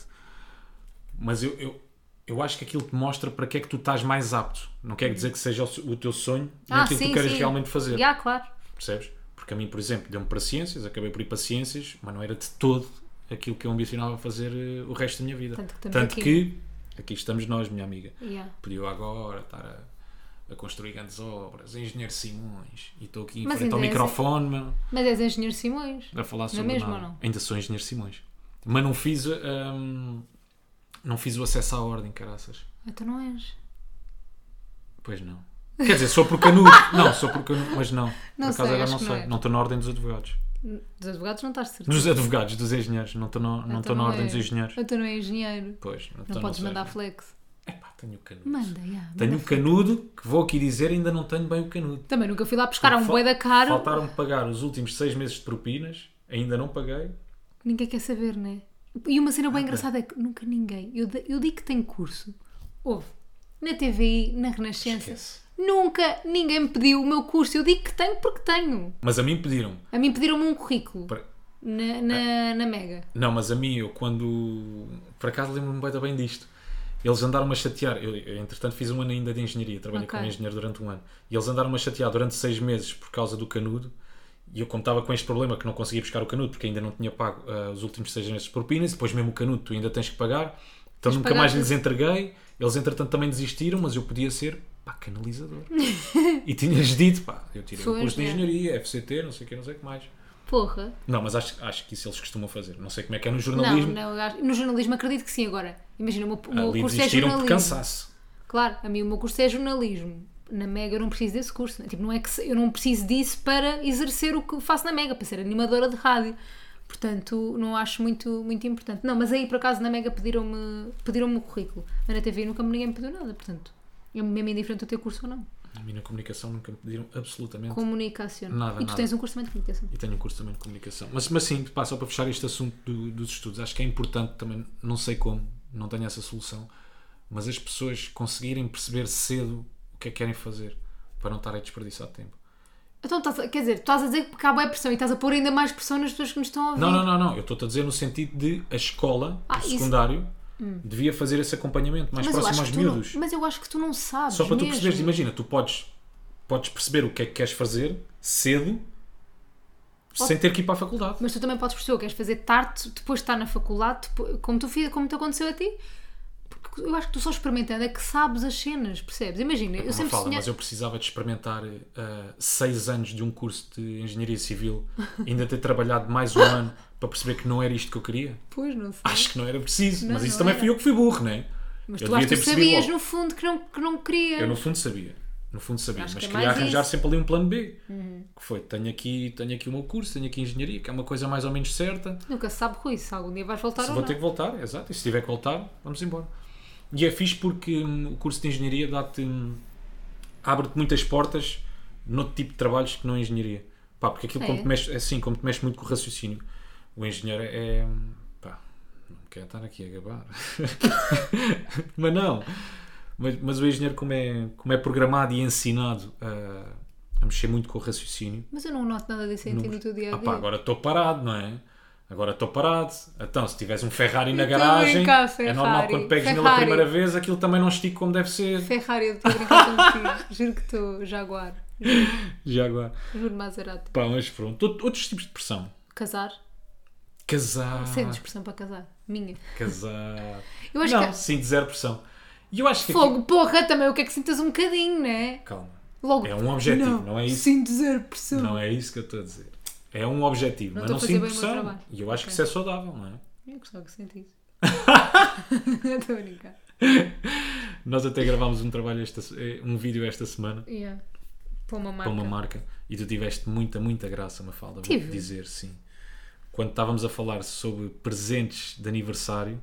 Speaker 1: mas eu acho que aquilo te mostra para que é que tu estás mais apto. Não quer dizer que seja o teu sonho, nem aquilo que tu queres realmente fazer.
Speaker 2: Já, claro.
Speaker 1: Percebes? Porque a mim, por exemplo, deu-me para ciências, acabei por ir para ciências, mas não era de todo aquilo que eu ambicionava fazer o resto da minha vida.
Speaker 2: Tanto que estamos
Speaker 1: Tanto
Speaker 2: aqui.
Speaker 1: que aqui estamos nós, minha amiga.
Speaker 2: Yeah.
Speaker 1: Pediu agora estar a construir grandes obras, engenheiro Simões, e estou aqui em
Speaker 2: Mas
Speaker 1: frente ao
Speaker 2: ainda és-
Speaker 1: microfone, meu,
Speaker 2: Mas és engenheiro Simões.
Speaker 1: a falar
Speaker 2: Não é
Speaker 1: sobre
Speaker 2: mesmo
Speaker 1: nada.
Speaker 2: ou não?
Speaker 1: Ainda sou engenheiro Simões. Mas não fiz o acesso à ordem, caraças.
Speaker 2: Então não és.
Speaker 1: Pois não. Quer dizer, sou por canudo. Não, sou por canudo, mas não.
Speaker 2: Não
Speaker 1: Por acaso
Speaker 2: sei,
Speaker 1: agora
Speaker 2: acho
Speaker 1: não
Speaker 2: que não
Speaker 1: sei.
Speaker 2: és.
Speaker 1: Não estou na ordem dos advogados.
Speaker 2: Dos advogados não estás de certeza.
Speaker 1: Dos advogados, dos engenheiros. Não estou
Speaker 2: Então
Speaker 1: na
Speaker 2: não
Speaker 1: ordem
Speaker 2: és.
Speaker 1: dos engenheiros.
Speaker 2: Então não é engenheiro.
Speaker 1: Pois,
Speaker 2: Não podes
Speaker 1: sei.
Speaker 2: mandar flex.
Speaker 1: Epá, tenho o canudo.
Speaker 2: Manda, yeah,
Speaker 1: Tenho
Speaker 2: manda
Speaker 1: o canudo, que vou aqui dizer, ainda não tenho bem o canudo.
Speaker 2: Também nunca fui lá buscar a um bué da caro.
Speaker 1: Faltaram-me pagar os últimos 6 meses de propinas. Ainda não paguei.
Speaker 2: Ninguém quer saber, não é? E uma cena bem engraçada é que nunca ninguém. Eu digo que tenho curso. Houve. Na TVI, na Renascença.
Speaker 1: Esquece.
Speaker 2: Nunca ninguém me pediu o meu curso. Eu digo que tenho porque tenho.
Speaker 1: Mas a mim pediram.
Speaker 2: A mim pediram-me um currículo.
Speaker 1: Para-
Speaker 2: Na Mega.
Speaker 1: Não, mas a mim, eu quando... Por acaso lembro-me bem disto. Eles andaram-me a chatear. Eu, entretanto, fiz um ano ainda de engenharia. Trabalhei
Speaker 2: Ok.
Speaker 1: como engenheiro durante um ano. E eles andaram-me a chatear durante 6 meses por causa do canudo. E eu, como estava com este problema que não conseguia buscar o canudo porque ainda não tinha pago os últimos 6 meses de propinas, depois mesmo o canudo tu ainda tens que pagar. Então
Speaker 2: Tens de
Speaker 1: nunca
Speaker 2: pagar
Speaker 1: mais
Speaker 2: tudo.
Speaker 1: lhes entreguei. Eles, entretanto, também desistiram, mas eu podia ser, pá, canalizador. E tinhas dito, pá, eu tirei o
Speaker 2: Pois
Speaker 1: curso de
Speaker 2: é.
Speaker 1: engenharia, FCT, não sei o que mais.
Speaker 2: Porra.
Speaker 1: Não, mas acho que isso eles costumam fazer. Não sei como é que é no
Speaker 2: Não,
Speaker 1: jornalismo.
Speaker 2: não. eu acho- No jornalismo acredito que sim. Agora, imagina, o meu
Speaker 1: Ali
Speaker 2: curso é
Speaker 1: desistiram por
Speaker 2: jornalismo.
Speaker 1: cansaço.
Speaker 2: Claro, a mim o meu curso é jornalismo. Na Mega eu não preciso desse curso. Né? Tipo, não é que eu não preciso disso para exercer o que faço na Mega, para ser animadora de rádio. Portanto, não acho muito importante. Não, mas aí por acaso na Mega pediram-me o currículo. Mas na TV nunca ninguém me pediu nada. Portanto, é mesmo indiferente eu ter curso ou não.
Speaker 1: A mim na comunicação nunca me pediram absolutamente.
Speaker 2: Comunicação.
Speaker 1: Nada,
Speaker 2: E tu
Speaker 1: nada.
Speaker 2: tens um curso também de comunicação.
Speaker 1: E tenho um curso também de comunicação. Mas sim, pá, só para fechar este assunto dos estudos, acho que é importante também, não sei como, não tenho essa solução, mas as pessoas conseguirem perceber cedo o que é que querem fazer, para não estarem a desperdiçar tempo.
Speaker 2: Então, quer dizer, tu estás a dizer que cabe a pressão e estás a pôr ainda mais pressão nas pessoas que nos estão a ouvir.
Speaker 1: Não. Eu estou-te a dizer no sentido de a escola, o
Speaker 2: isso.
Speaker 1: secundário, devia fazer esse acompanhamento mais
Speaker 2: Mas eu
Speaker 1: próximo
Speaker 2: acho
Speaker 1: aos
Speaker 2: que tu
Speaker 1: miúdos.
Speaker 2: não, mas eu acho que tu não sabes.
Speaker 1: Só para tu
Speaker 2: mesmo.
Speaker 1: perceberes, imagina, tu podes perceber o que é que queres fazer cedo, sem ter que ir para a faculdade.
Speaker 2: Mas tu também podes perceber o que queres fazer tarde, depois de estar na faculdade, como te aconteceu a ti. Porque eu acho que tu só experimentando é que sabes as cenas, percebes? Imagina, eu sempre sonhei...
Speaker 1: Mas eu precisava de experimentar 6 anos de um curso de Engenharia Civil, ainda ter trabalhado mais um ano para perceber que não era isto que eu queria.
Speaker 2: Pois, não sei.
Speaker 1: Acho que não era preciso, mas
Speaker 2: Não,
Speaker 1: isso
Speaker 2: não
Speaker 1: também
Speaker 2: era.
Speaker 1: fui eu que fui burro, não é?
Speaker 2: Mas
Speaker 1: Eu
Speaker 2: tu acho que
Speaker 1: devia
Speaker 2: tu
Speaker 1: ter percebido
Speaker 2: sabias
Speaker 1: logo.
Speaker 2: no fundo que não querias.
Speaker 1: Eu no fundo sabia.
Speaker 2: Acho
Speaker 1: Mas
Speaker 2: que é
Speaker 1: queria
Speaker 2: mais
Speaker 1: arranjar
Speaker 2: isso.
Speaker 1: sempre ali um plano B. Que foi, tenho aqui o meu curso, tenho aqui Engenharia, que é uma coisa mais ou menos certa.
Speaker 2: Nunca se sabe, Rui, se algum dia vais voltar
Speaker 1: Se
Speaker 2: ou
Speaker 1: vou
Speaker 2: não.
Speaker 1: ter que voltar, exato. E se tiver que voltar, vamos embora. E é fixe porque o curso de Engenharia abre-te muitas portas noutro tipo de trabalhos que não engenharia. Pá, porque aquilo como te mexe muito com o raciocínio. O engenheiro é... Pá, não quero estar aqui a gabar. Mas não. Mas o engenheiro como é programado e ensinado a mexer muito com o raciocínio.
Speaker 2: Mas eu não noto nada disso em ti no teu dia a dia.
Speaker 1: Pá, agora estou parado, não é? Então, se tiveres um Ferrari na
Speaker 2: Estou a
Speaker 1: garagem,
Speaker 2: brincar,
Speaker 1: é normal
Speaker 2: Ferrari.
Speaker 1: quando pegues nele a
Speaker 2: Ferrari.
Speaker 1: primeira vez, aquilo também não estica como deve ser.
Speaker 2: Ferrari, eu estou a brincar contigo. Juro que estou Jaguar.
Speaker 1: Já agora.
Speaker 2: Juro Maserati.
Speaker 1: Pá, mas pronto. Outros tipos de pressão.
Speaker 2: Casar.
Speaker 1: Casar.
Speaker 2: Sentes pressão para casar. Minha.
Speaker 1: Casar.
Speaker 2: Eu acho
Speaker 1: Não,
Speaker 2: que...
Speaker 1: sinto zero pressão. E eu acho que
Speaker 2: Fogo, porra, também o que é que sintas um bocadinho, não é?
Speaker 1: Calma.
Speaker 2: Logo.
Speaker 1: É um objetivo, não é isso?
Speaker 2: Sinto zero pressão.
Speaker 1: Não é isso que eu estou a dizer. É um objetivo,
Speaker 2: Não
Speaker 1: mas não
Speaker 2: estou a fazer
Speaker 1: sinto
Speaker 2: bem o meu
Speaker 1: pressão.
Speaker 2: trabalho.
Speaker 1: E eu acho que
Speaker 2: Ok.
Speaker 1: isso é saudável, não é?
Speaker 2: Eu gostava que sentisse. Estou a brincar.
Speaker 1: Nós até gravámos um vídeo esta semana
Speaker 2: Yeah. Para uma marca.
Speaker 1: para uma marca e tu tiveste muita graça, Mafalda, vou-te
Speaker 2: Tive.
Speaker 1: dizer, sim. Quando estávamos a falar sobre presentes de aniversário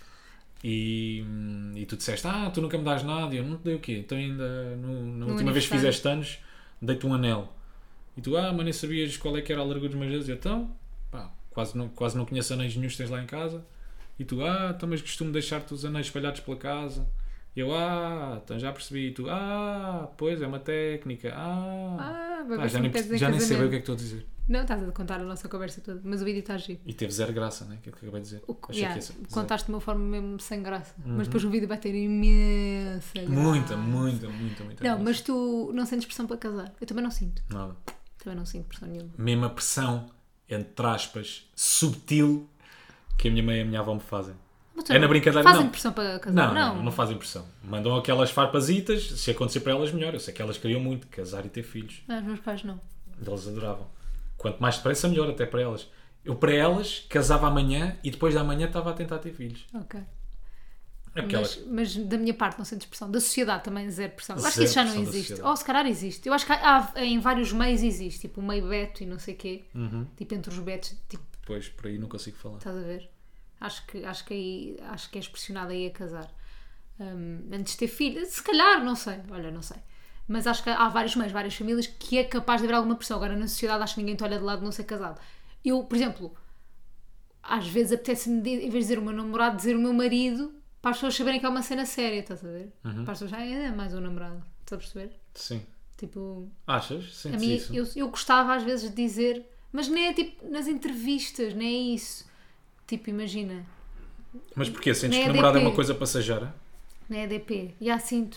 Speaker 1: e tu disseste, tu nunca me dás nada, e eu não te dei o quê? Então ainda na última vez que
Speaker 2: aniversário.
Speaker 1: fizeste anos, dei-te um anel. E tu, mas nem sabias qual é que era a largura dos meus dedos. E eu, então, pá, quase não conheço anéis nenhum que tens lá em casa. E tu, então, mas costumo deixar-te os anéis espalhados pela casa. E eu, então já percebi. E tu, pois, é uma técnica.
Speaker 2: Vai
Speaker 1: Pá,
Speaker 2: ver
Speaker 1: já
Speaker 2: se me
Speaker 1: nem,
Speaker 2: pedes em
Speaker 1: já nem sei bem o
Speaker 2: casamento.
Speaker 1: que é que estou a dizer.
Speaker 2: Não, estás a contar a nossa conversa toda, mas o vídeo está a giro.
Speaker 1: E teve zero graça, né? Que é o que eu acabei de dizer. Achei que ia ser zero.
Speaker 2: Contaste de uma forma mesmo sem graça. Mas depois o vídeo vai ter imensa graça.
Speaker 1: Muita
Speaker 2: Não,
Speaker 1: graça.
Speaker 2: mas tu não sentes pressão para casar. Eu também não sinto.
Speaker 1: Nada.
Speaker 2: Também não sinto pressão nenhuma.
Speaker 1: Mesma pressão, entre aspas, subtil, que a minha mãe e a minha avó me fazem.
Speaker 2: Mas tu
Speaker 1: É na brincadeira,
Speaker 2: fazem
Speaker 1: não.
Speaker 2: pressão para casar?
Speaker 1: Não fazem pressão. Mandam aquelas farpazitas, se acontecer para elas, melhor. Eu sei que elas queriam muito casar e ter filhos.
Speaker 2: Não, os meus pais não.
Speaker 1: Eles adoravam. Quanto mais depressa, melhor, até para elas. Eu, para elas, casava amanhã e depois da manhã estava a tentar ter filhos.
Speaker 2: Ok.
Speaker 1: Aquelas.
Speaker 2: Mas da minha parte não sentes pressão. Da sociedade também zero pressão. Eu acho que
Speaker 1: Zero
Speaker 2: isso já não
Speaker 1: pressão da
Speaker 2: existe.
Speaker 1: sociedade.
Speaker 2: Ou se calhar existe. Eu acho que em vários meios existe. Tipo o meio beto e não sei o quê. Tipo entre os betos. Tipo,
Speaker 1: Depois, por aí não consigo falar.
Speaker 2: estás a ver? Acho que és pressionada aí a casar. Antes de ter filho. Se calhar, não sei. Olha, não sei. Mas acho que há vários meios, várias famílias que é capaz de haver alguma pressão. Agora na sociedade acho que ninguém te olha de lado de não ser casado. Eu, por exemplo, às vezes apetece-me, em vez de dizer o meu namorado, dizer o meu marido, para as pessoas saberem que é uma cena séria, estás a ver? Para as pessoas, é mais um namorado, estás a perceber?
Speaker 1: Sim.
Speaker 2: Tipo,
Speaker 1: Achas?
Speaker 2: a
Speaker 1: Sentes
Speaker 2: mim,
Speaker 1: isso?
Speaker 2: eu gostava às vezes de dizer, mas nem é tipo nas entrevistas, nem é isso. Tipo, imagina,
Speaker 1: Mas porquê? Sentes
Speaker 2: Nem
Speaker 1: que
Speaker 2: é
Speaker 1: namorado é
Speaker 2: DP.
Speaker 1: uma coisa passageira?
Speaker 2: na EDP, já sinto,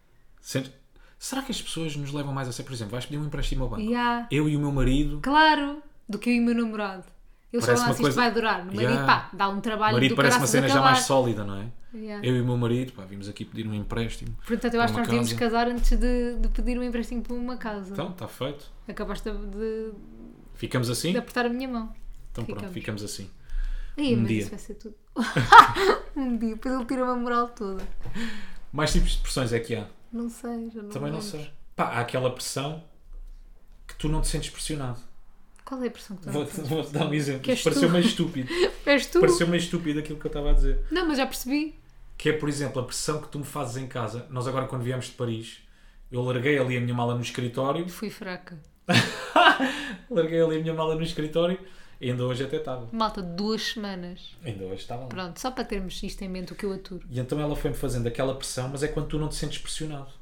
Speaker 1: Será que as pessoas nos levam mais a sério? Por exemplo, vais pedir um empréstimo ao banco.
Speaker 2: já,
Speaker 1: Eu e o meu marido.
Speaker 2: claro, do que eu e o meu namorado. Eles
Speaker 1: Parece
Speaker 2: falam
Speaker 1: uma
Speaker 2: assim,
Speaker 1: coisa-
Speaker 2: isto vai durar. No marido,
Speaker 1: Yeah.
Speaker 2: pá, dá um
Speaker 1: O
Speaker 2: trabalho
Speaker 1: marido
Speaker 2: do
Speaker 1: parece uma
Speaker 2: caraças
Speaker 1: cena já
Speaker 2: acabar.
Speaker 1: mais sólida, não é?
Speaker 2: Yeah.
Speaker 1: Eu e o meu marido, vimos aqui pedir um empréstimo.
Speaker 2: Portanto, eu acho que
Speaker 1: para
Speaker 2: nós
Speaker 1: uma
Speaker 2: devíamos
Speaker 1: casa.
Speaker 2: casar antes de pedir um empréstimo para uma casa.
Speaker 1: Então, está feito.
Speaker 2: Acabaste de
Speaker 1: Ficamos assim?
Speaker 2: apertar a minha mão.
Speaker 1: Então pronto, ficamos assim.
Speaker 2: Aí, mas
Speaker 1: dia.
Speaker 2: isso vai ser tudo. Um dia, depois ele tira-me a moral toda.
Speaker 1: Mais tipos de pressões é que há?
Speaker 2: Não sei, já não
Speaker 1: Também não
Speaker 2: lembro.
Speaker 1: sei. Pá, há aquela pressão que tu não te sentes pressionado.
Speaker 2: Qual é a pressão que tu
Speaker 1: Vou-te dar um exemplo.
Speaker 2: Que és
Speaker 1: Isto pareceu
Speaker 2: tu.
Speaker 1: meio estúpido.
Speaker 2: És tu?
Speaker 1: Pareceu meio estúpido aquilo que eu estava a dizer.
Speaker 2: Não, mas já percebi.
Speaker 1: Que é, por exemplo, a pressão que tu me fazes em casa. Nós agora, quando viemos de Paris, eu larguei ali a minha mala no escritório.
Speaker 2: Fui fraca.
Speaker 1: Larguei ali a minha mala no escritório e ainda hoje até estava.
Speaker 2: Malta, 2 semanas.
Speaker 1: Ainda hoje estava lá.
Speaker 2: Pronto, só para termos isto em mente o que eu aturo.
Speaker 1: E então ela foi-me fazendo aquela pressão, mas é quando tu não te sentes pressionado.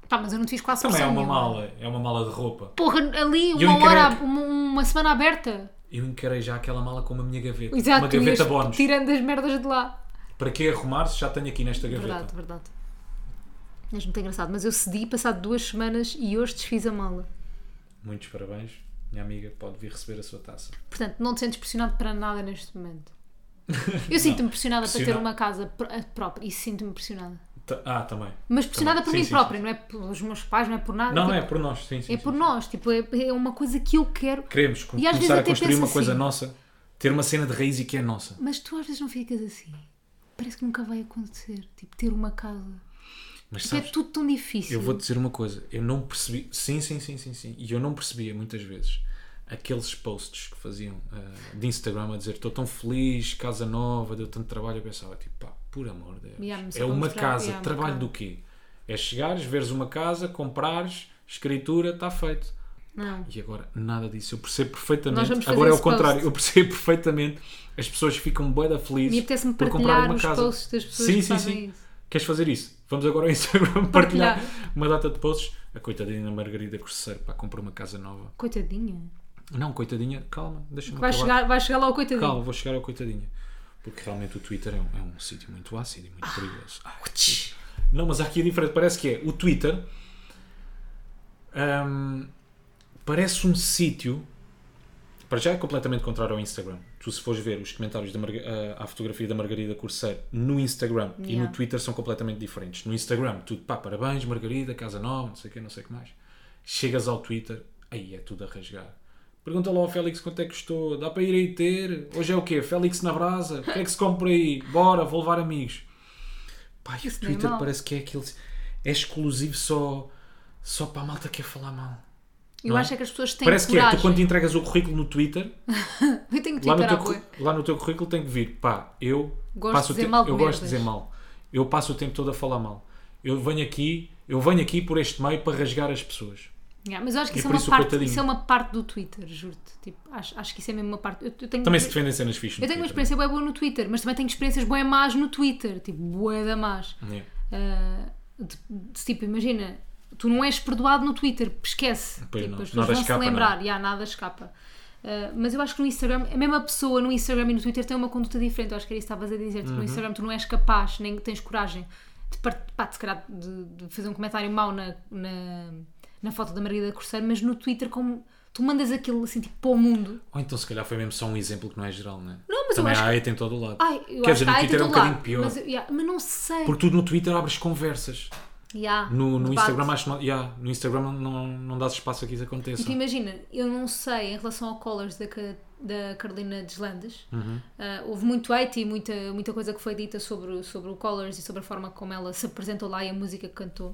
Speaker 2: Pá, mas eu não te fiz quase
Speaker 1: Também é
Speaker 2: pressão
Speaker 1: uma
Speaker 2: nenhuma.
Speaker 1: mala, é uma mala de roupa.
Speaker 2: Porra, ali
Speaker 1: Eu
Speaker 2: uma hora,
Speaker 1: encarei-
Speaker 2: uma semana aberta.
Speaker 1: Eu encarei já aquela mala como a minha gaveta.
Speaker 2: Exato,
Speaker 1: Uma
Speaker 2: tu ias
Speaker 1: gaveta bónus.
Speaker 2: tirando as merdas de lá.
Speaker 1: Para que arrumar se já tenho aqui nesta gaveta?
Speaker 2: Verdade, verdade. És muito engraçado. Mas eu cedi passado 2 semanas e hoje desfiz a mala.
Speaker 1: Muitos parabéns, minha amiga, pode vir receber a sua taça.
Speaker 2: Portanto, não te sentes pressionado para nada neste momento. Eu sinto-me pressionada para ter
Speaker 1: Pressionado.
Speaker 2: uma casa própria. Isso sinto-me pressionada.
Speaker 1: Também.
Speaker 2: Mas pressionada
Speaker 1: Também.
Speaker 2: por mim
Speaker 1: Sim,
Speaker 2: própria,
Speaker 1: sim.
Speaker 2: não é pelos meus pais, não é por nada.
Speaker 1: Não,
Speaker 2: tipo,
Speaker 1: é por nós, sim, sim.
Speaker 2: é
Speaker 1: sim,
Speaker 2: por
Speaker 1: sim.
Speaker 2: nós. Tipo, é uma coisa que eu quero.
Speaker 1: Queremos
Speaker 2: E às vezes
Speaker 1: começar a
Speaker 2: até
Speaker 1: construir
Speaker 2: penso
Speaker 1: uma coisa
Speaker 2: assim.
Speaker 1: nossa, ter uma cena de raiz e que é nossa.
Speaker 2: Mas tu às vezes não ficas assim. Parece que nunca vai acontecer. Tipo, ter uma casa.
Speaker 1: Mas
Speaker 2: Tipo, é
Speaker 1: sabes,
Speaker 2: tudo tão difícil.
Speaker 1: eu vou-te dizer uma coisa, eu não percebi, sim, e eu não percebia muitas vezes aqueles posts que faziam de Instagram a dizer estou tão feliz, casa nova, deu tanto trabalho, eu pensava tipo, pá, por amor de Deus,
Speaker 2: Yeah, mas
Speaker 1: é
Speaker 2: só para
Speaker 1: uma
Speaker 2: mostrar-
Speaker 1: casa,
Speaker 2: yeah, uma
Speaker 1: trabalho
Speaker 2: casa.
Speaker 1: do quê? É chegares, veres uma casa, comprares, escritura, está feito.
Speaker 2: Não.
Speaker 1: E agora, nada disso, eu percebo perfeitamente.
Speaker 2: Nós vamos fazer
Speaker 1: Agora é o
Speaker 2: esse
Speaker 1: contrário,
Speaker 2: post.
Speaker 1: eu percebo perfeitamente. As pessoas ficam bué da felizes
Speaker 2: E apetece-me
Speaker 1: por comprar
Speaker 2: partilhar
Speaker 1: uma
Speaker 2: os
Speaker 1: casa.
Speaker 2: posts das pessoas
Speaker 1: Sim,
Speaker 2: que
Speaker 1: sim,
Speaker 2: fazem
Speaker 1: sim.
Speaker 2: isso.
Speaker 1: Queres fazer isso? Vamos agora ao Instagram partilhar
Speaker 2: Partilhar.
Speaker 1: uma data de posts. A coitadinha da Margarida Corceiro, pá, comprou uma casa nova.
Speaker 2: Coitadinha.
Speaker 1: Não, coitadinha, calma, deixa-me
Speaker 2: Vai
Speaker 1: acabar.
Speaker 2: chegar, vai chegar lá o coitadinho.
Speaker 1: Calma, vou chegar ao coitadinha. Porque realmente o Twitter é um sítio muito ácido e muito perigoso. Não, mas há aqui a diferença. Parece que é o Twitter. Parece um sítio. Para já é completamente contrário ao Instagram. Tu, se fores ver os comentários à fotografia da Margarida Corceiro no Instagram e no
Speaker 2: Yeah.
Speaker 1: Twitter, são completamente diferentes. No Instagram, tudo pá, parabéns, Margarida, casa nova, não sei o que mais. Chegas ao Twitter, aí é tudo a rasgar. Pergunta lá ao Félix quanto é que custou. Dá para ir aí ter? Hoje é o quê? Félix na brasa? O que é que se compra aí? Bora, vou levar amigos. Pá, e o
Speaker 2: Isso não é
Speaker 1: Twitter
Speaker 2: mau.
Speaker 1: parece que é aquele. É exclusivo só para a malta que quer falar mal.
Speaker 2: Eu
Speaker 1: Não é?
Speaker 2: acho é que as pessoas têm
Speaker 1: Parece que é,
Speaker 2: coragem.
Speaker 1: tu quando te entregas o currículo no Twitter,
Speaker 2: Eu tenho
Speaker 1: lá
Speaker 2: Twitter
Speaker 1: no,
Speaker 2: à
Speaker 1: teu,
Speaker 2: boa.
Speaker 1: lá no teu currículo tem que vir, pá, eu
Speaker 2: Gosto
Speaker 1: passo
Speaker 2: de
Speaker 1: o
Speaker 2: dizer
Speaker 1: tempo,
Speaker 2: mal de
Speaker 1: eu gosto de
Speaker 2: merdas.
Speaker 1: dizer mal. Eu passo o tempo todo a falar mal. Eu venho aqui por este meio para rasgar as pessoas.
Speaker 2: Yeah, mas eu acho que
Speaker 1: E
Speaker 2: isso é,
Speaker 1: por
Speaker 2: uma
Speaker 1: isso o
Speaker 2: parte,
Speaker 1: coitadinho.
Speaker 2: isso é uma parte do Twitter, juro-te. Tipo, acho que isso é mesmo uma parte. Eu tenho,
Speaker 1: Também se defendem cenas fixas.
Speaker 2: eu tenho uma experiência bué boa no Twitter, mas também tenho experiências bué más no Twitter. Tipo, bué da más. Tipo, imagina, tu não és perdoado no Twitter, esquece.
Speaker 1: Pois
Speaker 2: Tipo,
Speaker 1: não,
Speaker 2: as pessoas
Speaker 1: nada
Speaker 2: vão
Speaker 1: escapa,
Speaker 2: se lembrar,
Speaker 1: não é?
Speaker 2: yeah, nada escapa. Mas eu acho que no Instagram, a mesma pessoa no Instagram e no Twitter tem uma conduta diferente. Eu acho que era isso que estavas a dizer. Tipo,
Speaker 1: Uhum.
Speaker 2: no Instagram tu não és capaz, nem tens coragem se calhar, de fazer um comentário mau na foto da Margarida Corceiro, mas no Twitter, como tu mandas aquilo assim, tipo, para o mundo.
Speaker 1: Ou então se calhar foi mesmo só um exemplo que não é geral, não é?
Speaker 2: Não, mas eu
Speaker 1: Também
Speaker 2: acho
Speaker 1: há
Speaker 2: que-
Speaker 1: hate em todo o lado.
Speaker 2: Ai, eu
Speaker 1: Quer
Speaker 2: acho
Speaker 1: dizer,
Speaker 2: que
Speaker 1: no
Speaker 2: há
Speaker 1: Twitter é um
Speaker 2: em todo
Speaker 1: bocadinho
Speaker 2: lado,
Speaker 1: pior.
Speaker 2: mas não sei.
Speaker 1: Porque tu no Twitter abres conversas.
Speaker 2: Yeah,
Speaker 1: No
Speaker 2: debate.
Speaker 1: Instagram acho que no Instagram não dás espaço a que isso aconteça.
Speaker 2: Tipo, imagina, eu não sei em relação ao Colors da Carolina Deslandes.
Speaker 1: Uhum.
Speaker 2: Houve muito hate e muita coisa que foi dita sobre o Colors e sobre a forma como ela se apresentou lá e a música que cantou.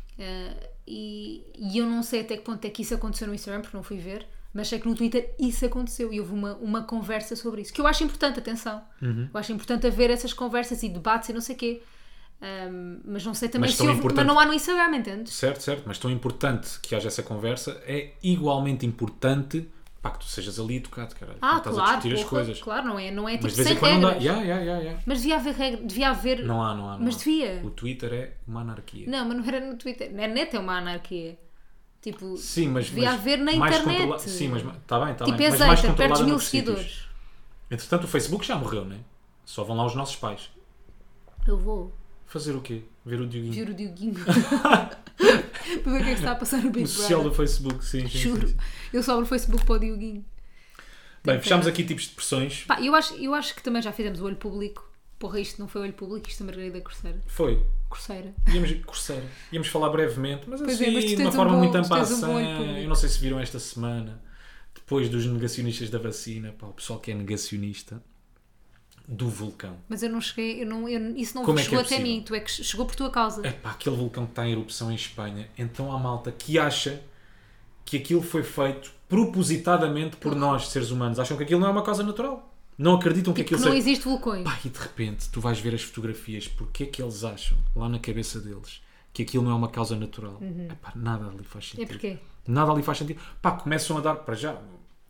Speaker 2: E eu não sei até que ponto é que isso aconteceu no Instagram, porque não fui ver, mas sei que no Twitter isso aconteceu e houve uma conversa sobre isso, que eu acho importante, atenção.
Speaker 1: Uhum.
Speaker 2: Eu acho importante haver essas conversas e debates e não sei o quê. Mas não sei também
Speaker 1: Mas
Speaker 2: se
Speaker 1: tão
Speaker 2: houve,
Speaker 1: importante-
Speaker 2: mas não há no Instagram, entendes?
Speaker 1: Certo, mas tão importante que haja essa conversa é igualmente importante pá, que tu sejas ali educado, caralho. Quando estás a
Speaker 2: Claro,
Speaker 1: discutir as
Speaker 2: porra,
Speaker 1: coisas.
Speaker 2: claro, não é tipo
Speaker 1: Mas de vez
Speaker 2: sem
Speaker 1: em quando não dá.
Speaker 2: regras.
Speaker 1: Yeah.
Speaker 2: Mas devia haver regra, devia haver.
Speaker 1: Não há.
Speaker 2: Mas devia.
Speaker 1: O Twitter é uma anarquia.
Speaker 2: Não, mas não era no Twitter. Na net é uma anarquia. Tipo,
Speaker 1: Sim, mas
Speaker 2: devia haver na
Speaker 1: mais
Speaker 2: internet.
Speaker 1: controla- Sim, mas está bem,
Speaker 2: tipo,
Speaker 1: bem.
Speaker 2: é
Speaker 1: Mas mais
Speaker 2: azeita, perdes
Speaker 1: controlada
Speaker 2: 1000
Speaker 1: noutros sítios.
Speaker 2: seguidores.
Speaker 1: Entretanto, o Facebook já morreu, né? Só vão lá os nossos pais.
Speaker 2: Eu vou
Speaker 1: Fazer o quê? Ver o Dioguinho.
Speaker 2: ver o Dioguinho. Para ver o que é que está a passar no Big
Speaker 1: O social do
Speaker 2: Brother.
Speaker 1: Facebook, sim.
Speaker 2: Juro. Eu só abro o Facebook para o Dioguinho.
Speaker 1: Bem,
Speaker 2: Tem
Speaker 1: fechámos
Speaker 2: pena.
Speaker 1: aqui tipos de pressões.
Speaker 2: Pá, eu acho que também já fizemos o olho público. Porra, isto não foi olho público, isto é Margarida Corceira.
Speaker 1: Foi.
Speaker 2: Corceira.
Speaker 1: Íamos falar brevemente, mas
Speaker 2: Pois
Speaker 1: assim,
Speaker 2: é, mas tu
Speaker 1: de
Speaker 2: tens
Speaker 1: uma
Speaker 2: um
Speaker 1: forma
Speaker 2: bom-
Speaker 1: muito
Speaker 2: tu tens um bom olho
Speaker 1: ampassã.
Speaker 2: público.
Speaker 1: Eu não sei se viram esta semana, depois dos negacionistas da vacina, pá, o pessoal que é negacionista do vulcão.
Speaker 2: Mas eu não cheguei, isso não
Speaker 1: Como é que
Speaker 2: chegou
Speaker 1: é
Speaker 2: até
Speaker 1: possível?
Speaker 2: mim. Tu é que chegou por tua causa.
Speaker 1: É pá, aquele vulcão que está em erupção em Espanha. Então há malta que acha que aquilo foi feito propositadamente por nós, seres humanos. Acham que aquilo não é uma causa natural. Não acreditam que
Speaker 2: Tipo, que
Speaker 1: aquilo
Speaker 2: não
Speaker 1: seja...
Speaker 2: existe vulcões.
Speaker 1: Pá, e de repente tu vais ver as fotografias, porque é que eles acham, lá na cabeça deles, que aquilo não é uma causa natural. Epá, nada ali faz sentido.
Speaker 2: É porquê?
Speaker 1: Nada ali faz sentido. Pá, começam a dar, para já,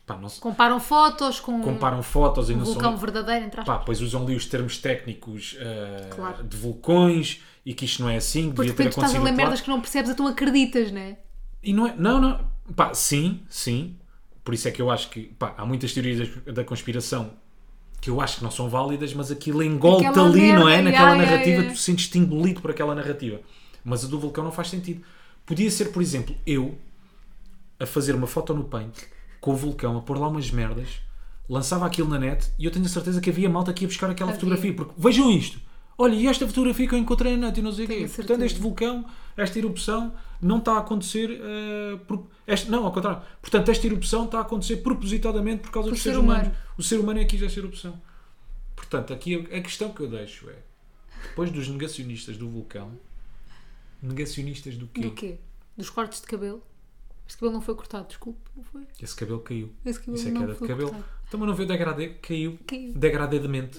Speaker 1: Pá, não se...
Speaker 2: Comparam fotos com
Speaker 1: Comparam fotos e
Speaker 2: um
Speaker 1: não
Speaker 2: vulcão
Speaker 1: são...
Speaker 2: verdadeiro, entre aspas.
Speaker 1: Pá, pois usam ali os termos técnicos
Speaker 2: Claro.
Speaker 1: de vulcões e que isto não é assim, que
Speaker 2: Depois de
Speaker 1: devia ter
Speaker 2: repente tu estás a
Speaker 1: acontecido
Speaker 2: ler
Speaker 1: claro.
Speaker 2: merdas que não percebes, então acreditas, não é?
Speaker 1: E não é... Não. Pá, sim. Por isso é que eu acho que... Pá, há muitas teorias da conspiração que eu acho que não são válidas, mas aquilo engole-te
Speaker 2: Aquela
Speaker 1: ali,
Speaker 2: merda,
Speaker 1: não é? Naquela
Speaker 2: yeah,
Speaker 1: narrativa,
Speaker 2: yeah.
Speaker 1: tu sentes-te engolido por aquela narrativa. Mas a do vulcão não faz sentido. Podia ser, por exemplo, eu a fazer uma foto no Paint com o vulcão, a pôr lá umas merdas, lançava aquilo na net e eu tenho a certeza que havia malta que ia buscar aquela
Speaker 2: Havia.
Speaker 1: fotografia. Porque vejam isto. Olha, e esta fotografia que eu encontrei na net e não sei o
Speaker 2: Tenho
Speaker 1: quê.
Speaker 2: a certeza.
Speaker 1: Portanto, este vulcão, esta erupção, não está a acontecer... não, ao contrário. Portanto, esta erupção está a acontecer propositadamente por causa
Speaker 2: Por
Speaker 1: dos
Speaker 2: ser
Speaker 1: seres humanos.
Speaker 2: humano.
Speaker 1: O ser humano é que quis essa erupção. Portanto, aqui a questão que eu deixo é, depois dos negacionistas do vulcão, negacionistas do quê?
Speaker 2: Do quê? Dos cortes de cabelo? Este cabelo não foi cortado, desculpe, não foi?
Speaker 1: Esse cabelo caiu.
Speaker 2: Esse cabelo
Speaker 1: Isso é que
Speaker 2: não
Speaker 1: era de
Speaker 2: foi
Speaker 1: cabelo.
Speaker 2: cortado.
Speaker 1: Também não veio degradê, caiu.
Speaker 2: Caiu.
Speaker 1: Degradê de mente.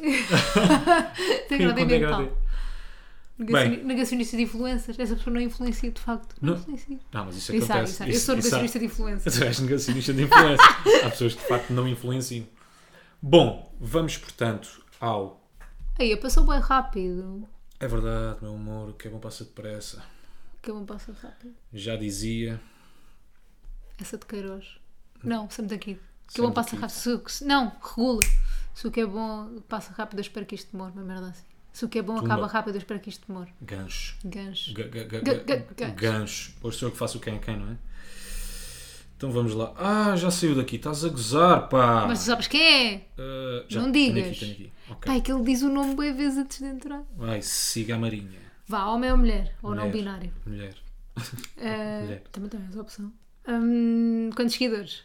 Speaker 2: Tem
Speaker 1: Caiu
Speaker 2: nada
Speaker 1: com degradê.
Speaker 2: mental. Negacionista de influências. Essa pessoa não influencia, de facto. Não
Speaker 1: Não.
Speaker 2: influencia.
Speaker 1: Não, mas isso
Speaker 2: Eu sei,
Speaker 1: acontece.
Speaker 2: eu sei. Eu sou negacionista de influências.
Speaker 1: Tu és negacionista de influência. Há pessoas que de facto não influenciam. Bom, vamos portanto ao...
Speaker 2: Aí, passou bem rápido.
Speaker 1: É verdade, meu amor, o que é bom passa depressa.
Speaker 2: Que bom passa rápido.
Speaker 1: Já dizia...
Speaker 2: Essa de Queiroz. Não, Sam daqui. Que
Speaker 1: Sam
Speaker 2: bom passa
Speaker 1: daqui.
Speaker 2: rápido. Não, regula. Se o que é bom passa rápido, eu espero que isto demore. Uma merda assim. Se o que é bom
Speaker 1: Tumba.
Speaker 2: acaba rápido, eu espero que isto demore.
Speaker 1: Gancho.
Speaker 2: Gancho.
Speaker 1: Gancho. Gancho. Hoje sou eu que faço o quem é quem, não é? Então vamos lá. Ah, já saiu daqui. Estás a gozar, pá.
Speaker 2: Mas tu sabes quem é?
Speaker 1: Já,
Speaker 2: Não
Speaker 1: tenho
Speaker 2: digas.
Speaker 1: Tenho aqui. Ok.
Speaker 2: Pai, que ele diz o nome bem vezes antes de entrar.
Speaker 1: Vai, siga a Marinha.
Speaker 2: Vá, homem ou mulher? Ou não
Speaker 1: Mulher.
Speaker 2: binário?
Speaker 1: Mulher.
Speaker 2: Ah,
Speaker 1: Mulher.
Speaker 2: também tem essa opção. Quantos seguidores?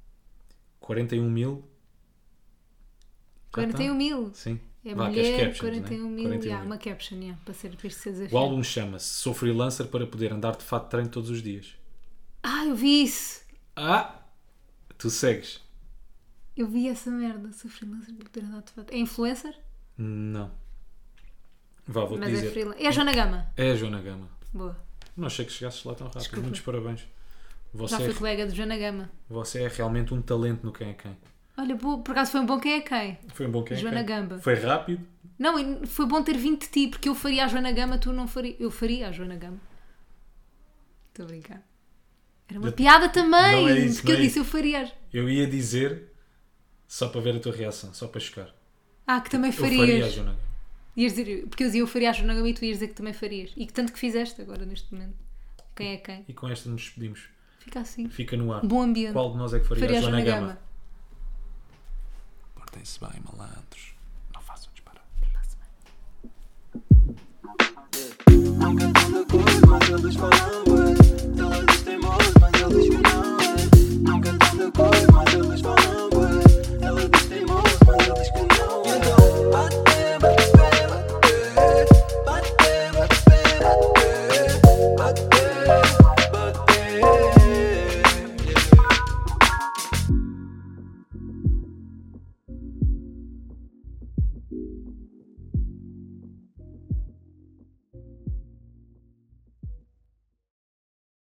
Speaker 1: 41 mil. Já
Speaker 2: 41 mil.
Speaker 1: tá? Sim.
Speaker 2: É
Speaker 1: Vá, queres
Speaker 2: mulher,
Speaker 1: captions,
Speaker 2: 41
Speaker 1: né?
Speaker 2: mil.
Speaker 1: 41
Speaker 2: Yeah,
Speaker 1: mil.
Speaker 2: uma caption, yeah, para isto ser
Speaker 1: O
Speaker 2: desafiante.
Speaker 1: álbum chama-se Sou freelancer para poder andar de fato de treino todos os dias.
Speaker 2: Ah, eu vi isso.
Speaker 1: Ah! Tu segues?
Speaker 2: Eu vi essa merda. Sou freelancer para poder andar de fato. É influencer?
Speaker 1: Não. Vá, vou-te
Speaker 2: Mas
Speaker 1: dizer.
Speaker 2: é freelancer. É a Joana Gama.
Speaker 1: É a Joana Gama.
Speaker 2: Boa.
Speaker 1: Não achei que chegasses lá tão rápido.
Speaker 2: Desculpa.
Speaker 1: Muitos parabéns.
Speaker 2: Já fui
Speaker 1: Você,
Speaker 2: colega de Joana Gama.
Speaker 1: você é realmente um talento no quem é quem.
Speaker 2: Olha, boa, por acaso foi um bom quem é quem.
Speaker 1: Foi um bom quem é
Speaker 2: Joana
Speaker 1: quem.
Speaker 2: Gamba.
Speaker 1: Foi rápido.
Speaker 2: Não, e foi bom ter vindo de ti, porque eu faria a Joana Gama, tu não faria. Eu faria a Joana Gama. Estou a brincar. Era uma piada também.
Speaker 1: Não é isso,
Speaker 2: porque
Speaker 1: não
Speaker 2: eu
Speaker 1: é
Speaker 2: disse, eu faria.
Speaker 1: Eu ia dizer só para ver a tua reação, só para chocar.
Speaker 2: Ah, que também
Speaker 1: Eu faria a
Speaker 2: farias.
Speaker 1: Joana Gama.
Speaker 2: Ias dizer, porque eu dizia eu faria a Joana Gama e tu ias dizer que também farias. E que tanto que fizeste agora neste momento. Quem é quem?
Speaker 1: E com esta nos despedimos.
Speaker 2: Fica assim.
Speaker 1: Fica no ar.
Speaker 2: Bom ambiente.
Speaker 1: Qual de nós é que faria,
Speaker 2: Faria
Speaker 1: a Joana Gama? Portem-se bem, malandros. Não façam disparar.
Speaker 3: Nunca tão de acordo, mas eles